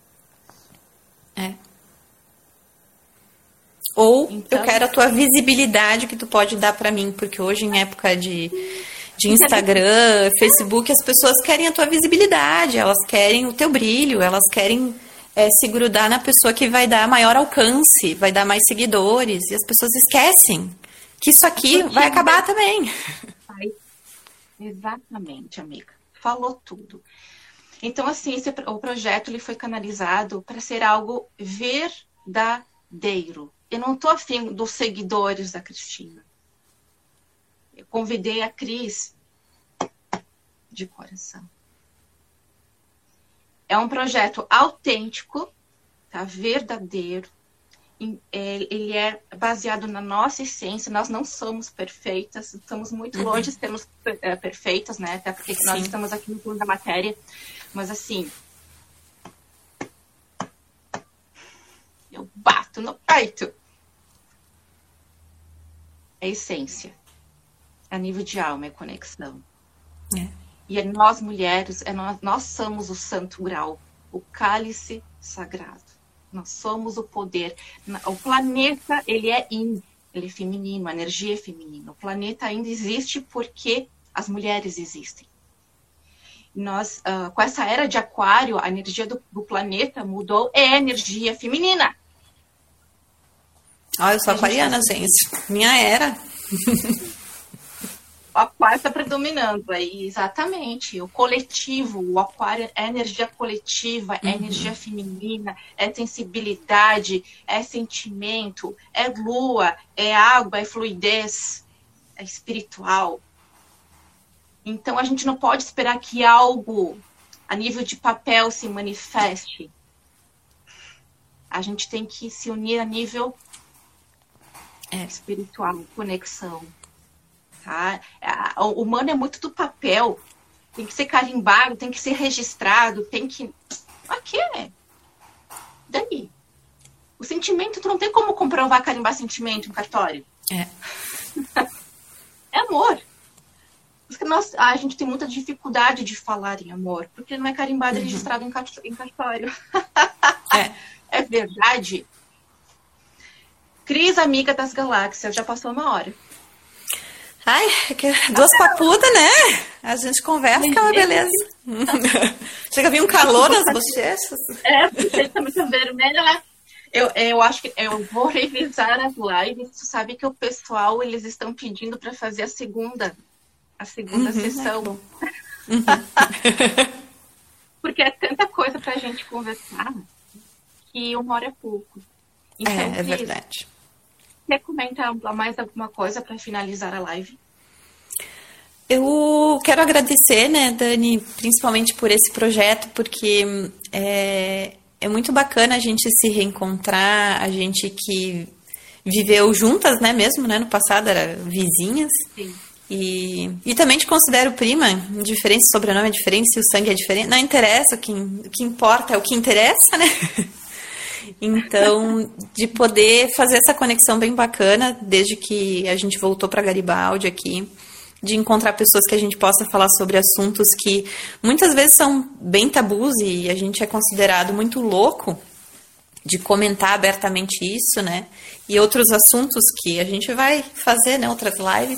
Ou então, eu quero a tua visibilidade que tu pode dar pra mim, porque hoje em época de Instagram, Facebook, as pessoas querem a tua visibilidade, elas querem o teu brilho, elas querem se grudar na pessoa que vai dar maior alcance, vai dar mais seguidores, e as pessoas esquecem que isso aqui vai acabar também. Exatamente, amiga. Falou tudo. Então, assim, o projeto ele foi canalizado para ser algo verdadeiro. Eu não estou afim dos seguidores da Cristina. Eu convidei a Cris de coração. É um projeto autêntico, tá? Verdadeiro. Ele é baseado na nossa essência. Nós não somos perfeitas, estamos muito longe de sermos perfeitas, né? Até porque nós estamos aqui no fundo da matéria. Mas assim, eu bato no peito. É essência. A nível de alma, é conexão. E nós mulheres, nós somos o santo grau, o cálice sagrado. Nós somos o poder. O planeta, ele é yin, ele é feminino, a energia é feminina. O planeta ainda existe porque as mulheres existem. Nós, com essa era de aquário, a energia do planeta mudou, é energia feminina. Eu sou aquariana, gente. Minha era. O aquário está predominando aí, exatamente. O coletivo, o aquário é energia coletiva, é energia feminina, é sensibilidade, é sentimento, é lua, é água, é fluidez, é espiritual. Então, a gente não pode esperar que algo a nível de papel se manifeste. A gente tem que se unir a nível espiritual, conexão. Tá? O humano é muito do papel. Tem que ser carimbado, tem que ser registrado, tem que... Ok. Daí. O sentimento, tu não tem como comprovar, carimbar sentimento em cartório. É amor. A gente tem muita dificuldade de falar em amor, porque não é carimbado e registrado em cartório. É verdade. Cris, amiga das galáxias, já passou 1 hora. Ai, duas papudas, né? A gente conversa, que é uma beleza. Chega a vir um calor nas bochechas. Você tá muito vermelha, né? Eu acho que eu vou revisar as lives. Tu sabe que o pessoal, eles estão pedindo para fazer a segunda sessão. Porque é tanta coisa pra gente conversar que 1 hora é pouco. Então, é verdade. Quer comentar mais alguma coisa para finalizar a live? Eu quero agradecer, né, Dani, principalmente por esse projeto, porque é muito bacana a gente se reencontrar, a gente que viveu juntas, né, mesmo, né, no passado era vizinhas. Sim. E também te considero prima, diferente, o sobrenome é diferente, se o sangue é diferente, não interessa, o que importa é o que interessa, né? Então, de poder fazer essa conexão bem bacana, desde que a gente voltou para Garibaldi aqui, de encontrar pessoas que a gente possa falar sobre assuntos que muitas vezes são bem tabus e a gente é considerado muito louco de comentar abertamente isso, né? E outros assuntos que a gente vai fazer, né? Outras lives.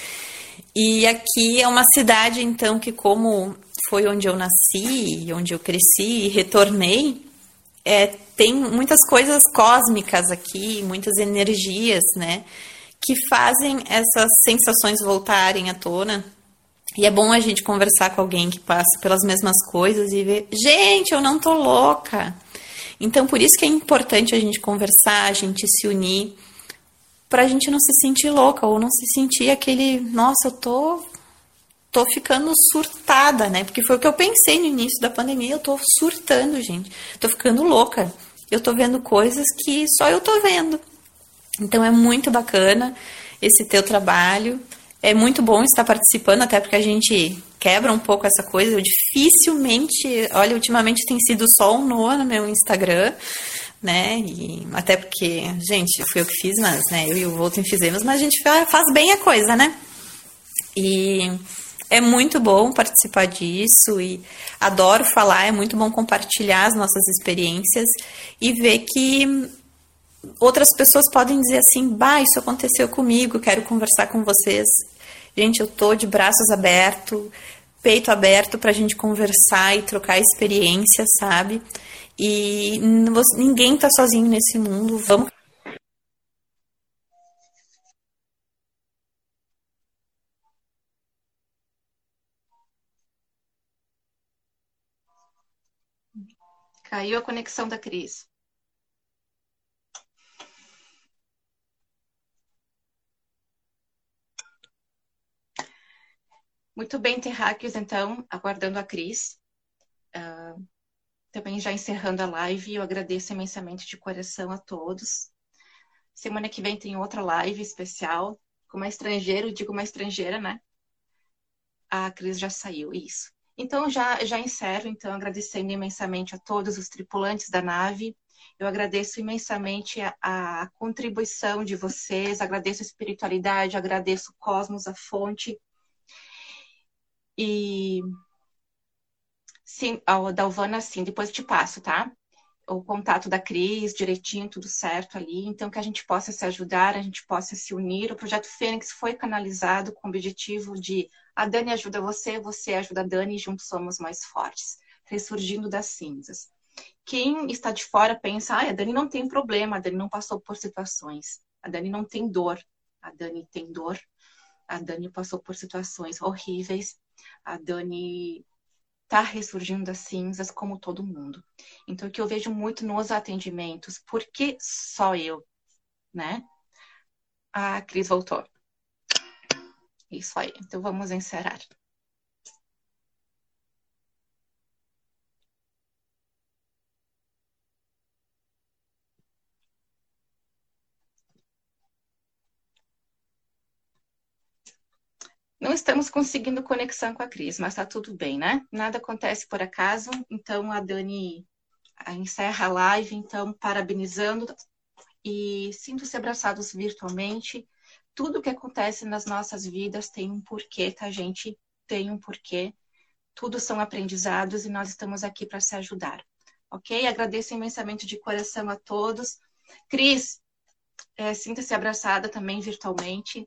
E aqui é uma cidade, então, que como foi onde eu nasci, onde eu cresci e retornei, tem muitas coisas cósmicas aqui, muitas energias, né, que fazem essas sensações voltarem à tona. E é bom a gente conversar com alguém que passa pelas mesmas coisas e ver, gente, eu não tô louca. Então, por isso que é importante a gente conversar, a gente se unir, pra gente não se sentir louca, ou não se sentir aquele, nossa, eu tô ficando surtada, né? Porque foi o que eu pensei no início da pandemia, eu tô surtando, gente. Tô ficando louca. Eu tô vendo coisas que só eu tô vendo. Então é muito bacana esse teu trabalho. É muito bom estar participando, até porque a gente quebra um pouco essa coisa. Eu dificilmente, olha, ultimamente tem sido só um no meu Instagram, né? E até porque, gente, fui eu que fiz, mas, né, eu e o Volten fizemos, mas a gente faz bem a coisa, né? E é muito bom participar disso e adoro falar, é muito bom compartilhar as nossas experiências e ver que outras pessoas podem dizer assim, bah, isso aconteceu comigo, quero conversar com vocês. Gente, eu tô de braços abertos, peito aberto pra gente conversar e trocar experiências, sabe? E ninguém tá sozinho nesse mundo, vamos... Caiu a conexão da Cris. Muito bem, terráqueos, então, aguardando a Cris. Também já encerrando a live, eu agradeço imensamente de coração a todos. Semana que vem tem outra live especial com uma estrangeira, eu digo uma estrangeira, né? A Cris já saiu, isso. Então, já encerro, então, agradecendo imensamente a todos os tripulantes da nave. Eu agradeço imensamente a contribuição de vocês, agradeço a espiritualidade, agradeço o cosmos, a fonte. E sim, a Dalvana, sim, depois eu te passo, tá? O contato da Cris, direitinho, tudo certo ali. Então, que a gente possa se ajudar, a gente possa se unir. O Projeto Fênix foi canalizado com o objetivo de a Dani ajuda você, você ajuda a Dani e juntos somos mais fortes. Ressurgindo das cinzas. Quem está de fora pensa, a Dani não tem problema, a Dani não passou por situações, a Dani não tem dor. A Dani tem dor, a Dani passou por situações horríveis, a Dani está ressurgindo das cinzas como todo mundo. Então, o que eu vejo muito nos atendimentos, por que só eu, né? A Cris voltou. Isso aí. Então, vamos encerrar. Não estamos conseguindo conexão com a Cris, mas tá tudo bem, né? Nada acontece por acaso. Então, a Dani encerra a live, então, parabenizando e sinto-se abraçados virtualmente. Tudo que acontece nas nossas vidas tem um porquê, tá, gente? Tem um porquê. Tudo são aprendizados e nós estamos aqui para se ajudar. Ok? Agradeço imensamente de coração a todos. Cris, sinta-se abraçada também virtualmente.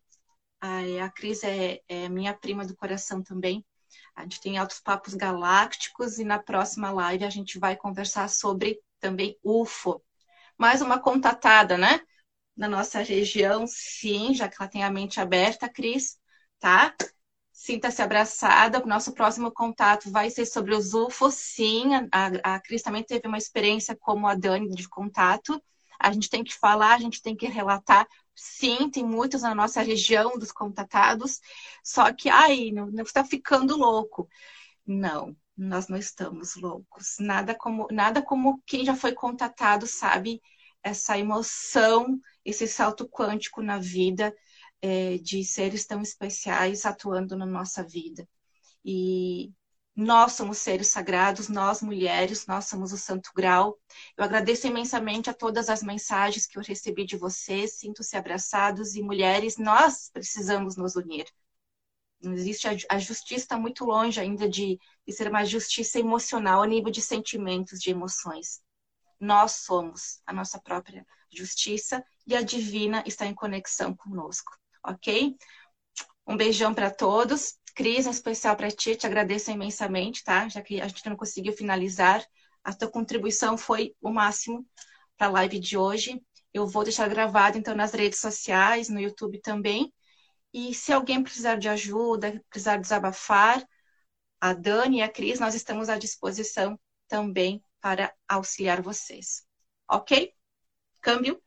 A Cris é minha prima do coração também. A gente tem altos papos galácticos e na próxima live a gente vai conversar sobre também UFO. Mais uma contatada, né? Na nossa região, sim, já que ela tem a mente aberta, Cris, tá? Sinta-se abraçada. O nosso próximo contato vai ser sobre os UFOs, sim. A Cris também teve uma experiência como a Dani de contato. A gente tem que falar, a gente tem que relatar. Sim, tem muitos na nossa região dos contatados. Só que, não está ficando louco. Não, nós não estamos loucos. Nada como quem já foi contatado sabe essa emoção, esse salto quântico na vida de seres tão especiais atuando na nossa vida. E nós somos seres sagrados, nós mulheres, nós somos o Santo Grau. Eu agradeço imensamente a todas as mensagens que eu recebi de vocês, sinto-se abraçados e mulheres, nós precisamos nos unir. Não existe a justiça está muito longe ainda de ser uma justiça emocional a nível de sentimentos, de emoções. Nós somos a nossa própria justiça e a divina está em conexão conosco, ok? Um beijão para todos. Cris, em especial para ti, te agradeço imensamente, tá? Já que a gente não conseguiu finalizar, a tua contribuição foi o máximo para a live de hoje. Eu vou deixar gravado, então, nas redes sociais, no YouTube também. E se alguém precisar de ajuda, precisar desabafar, a Dani e a Cris, nós estamos à disposição também para auxiliar vocês. Ok? Câmbio.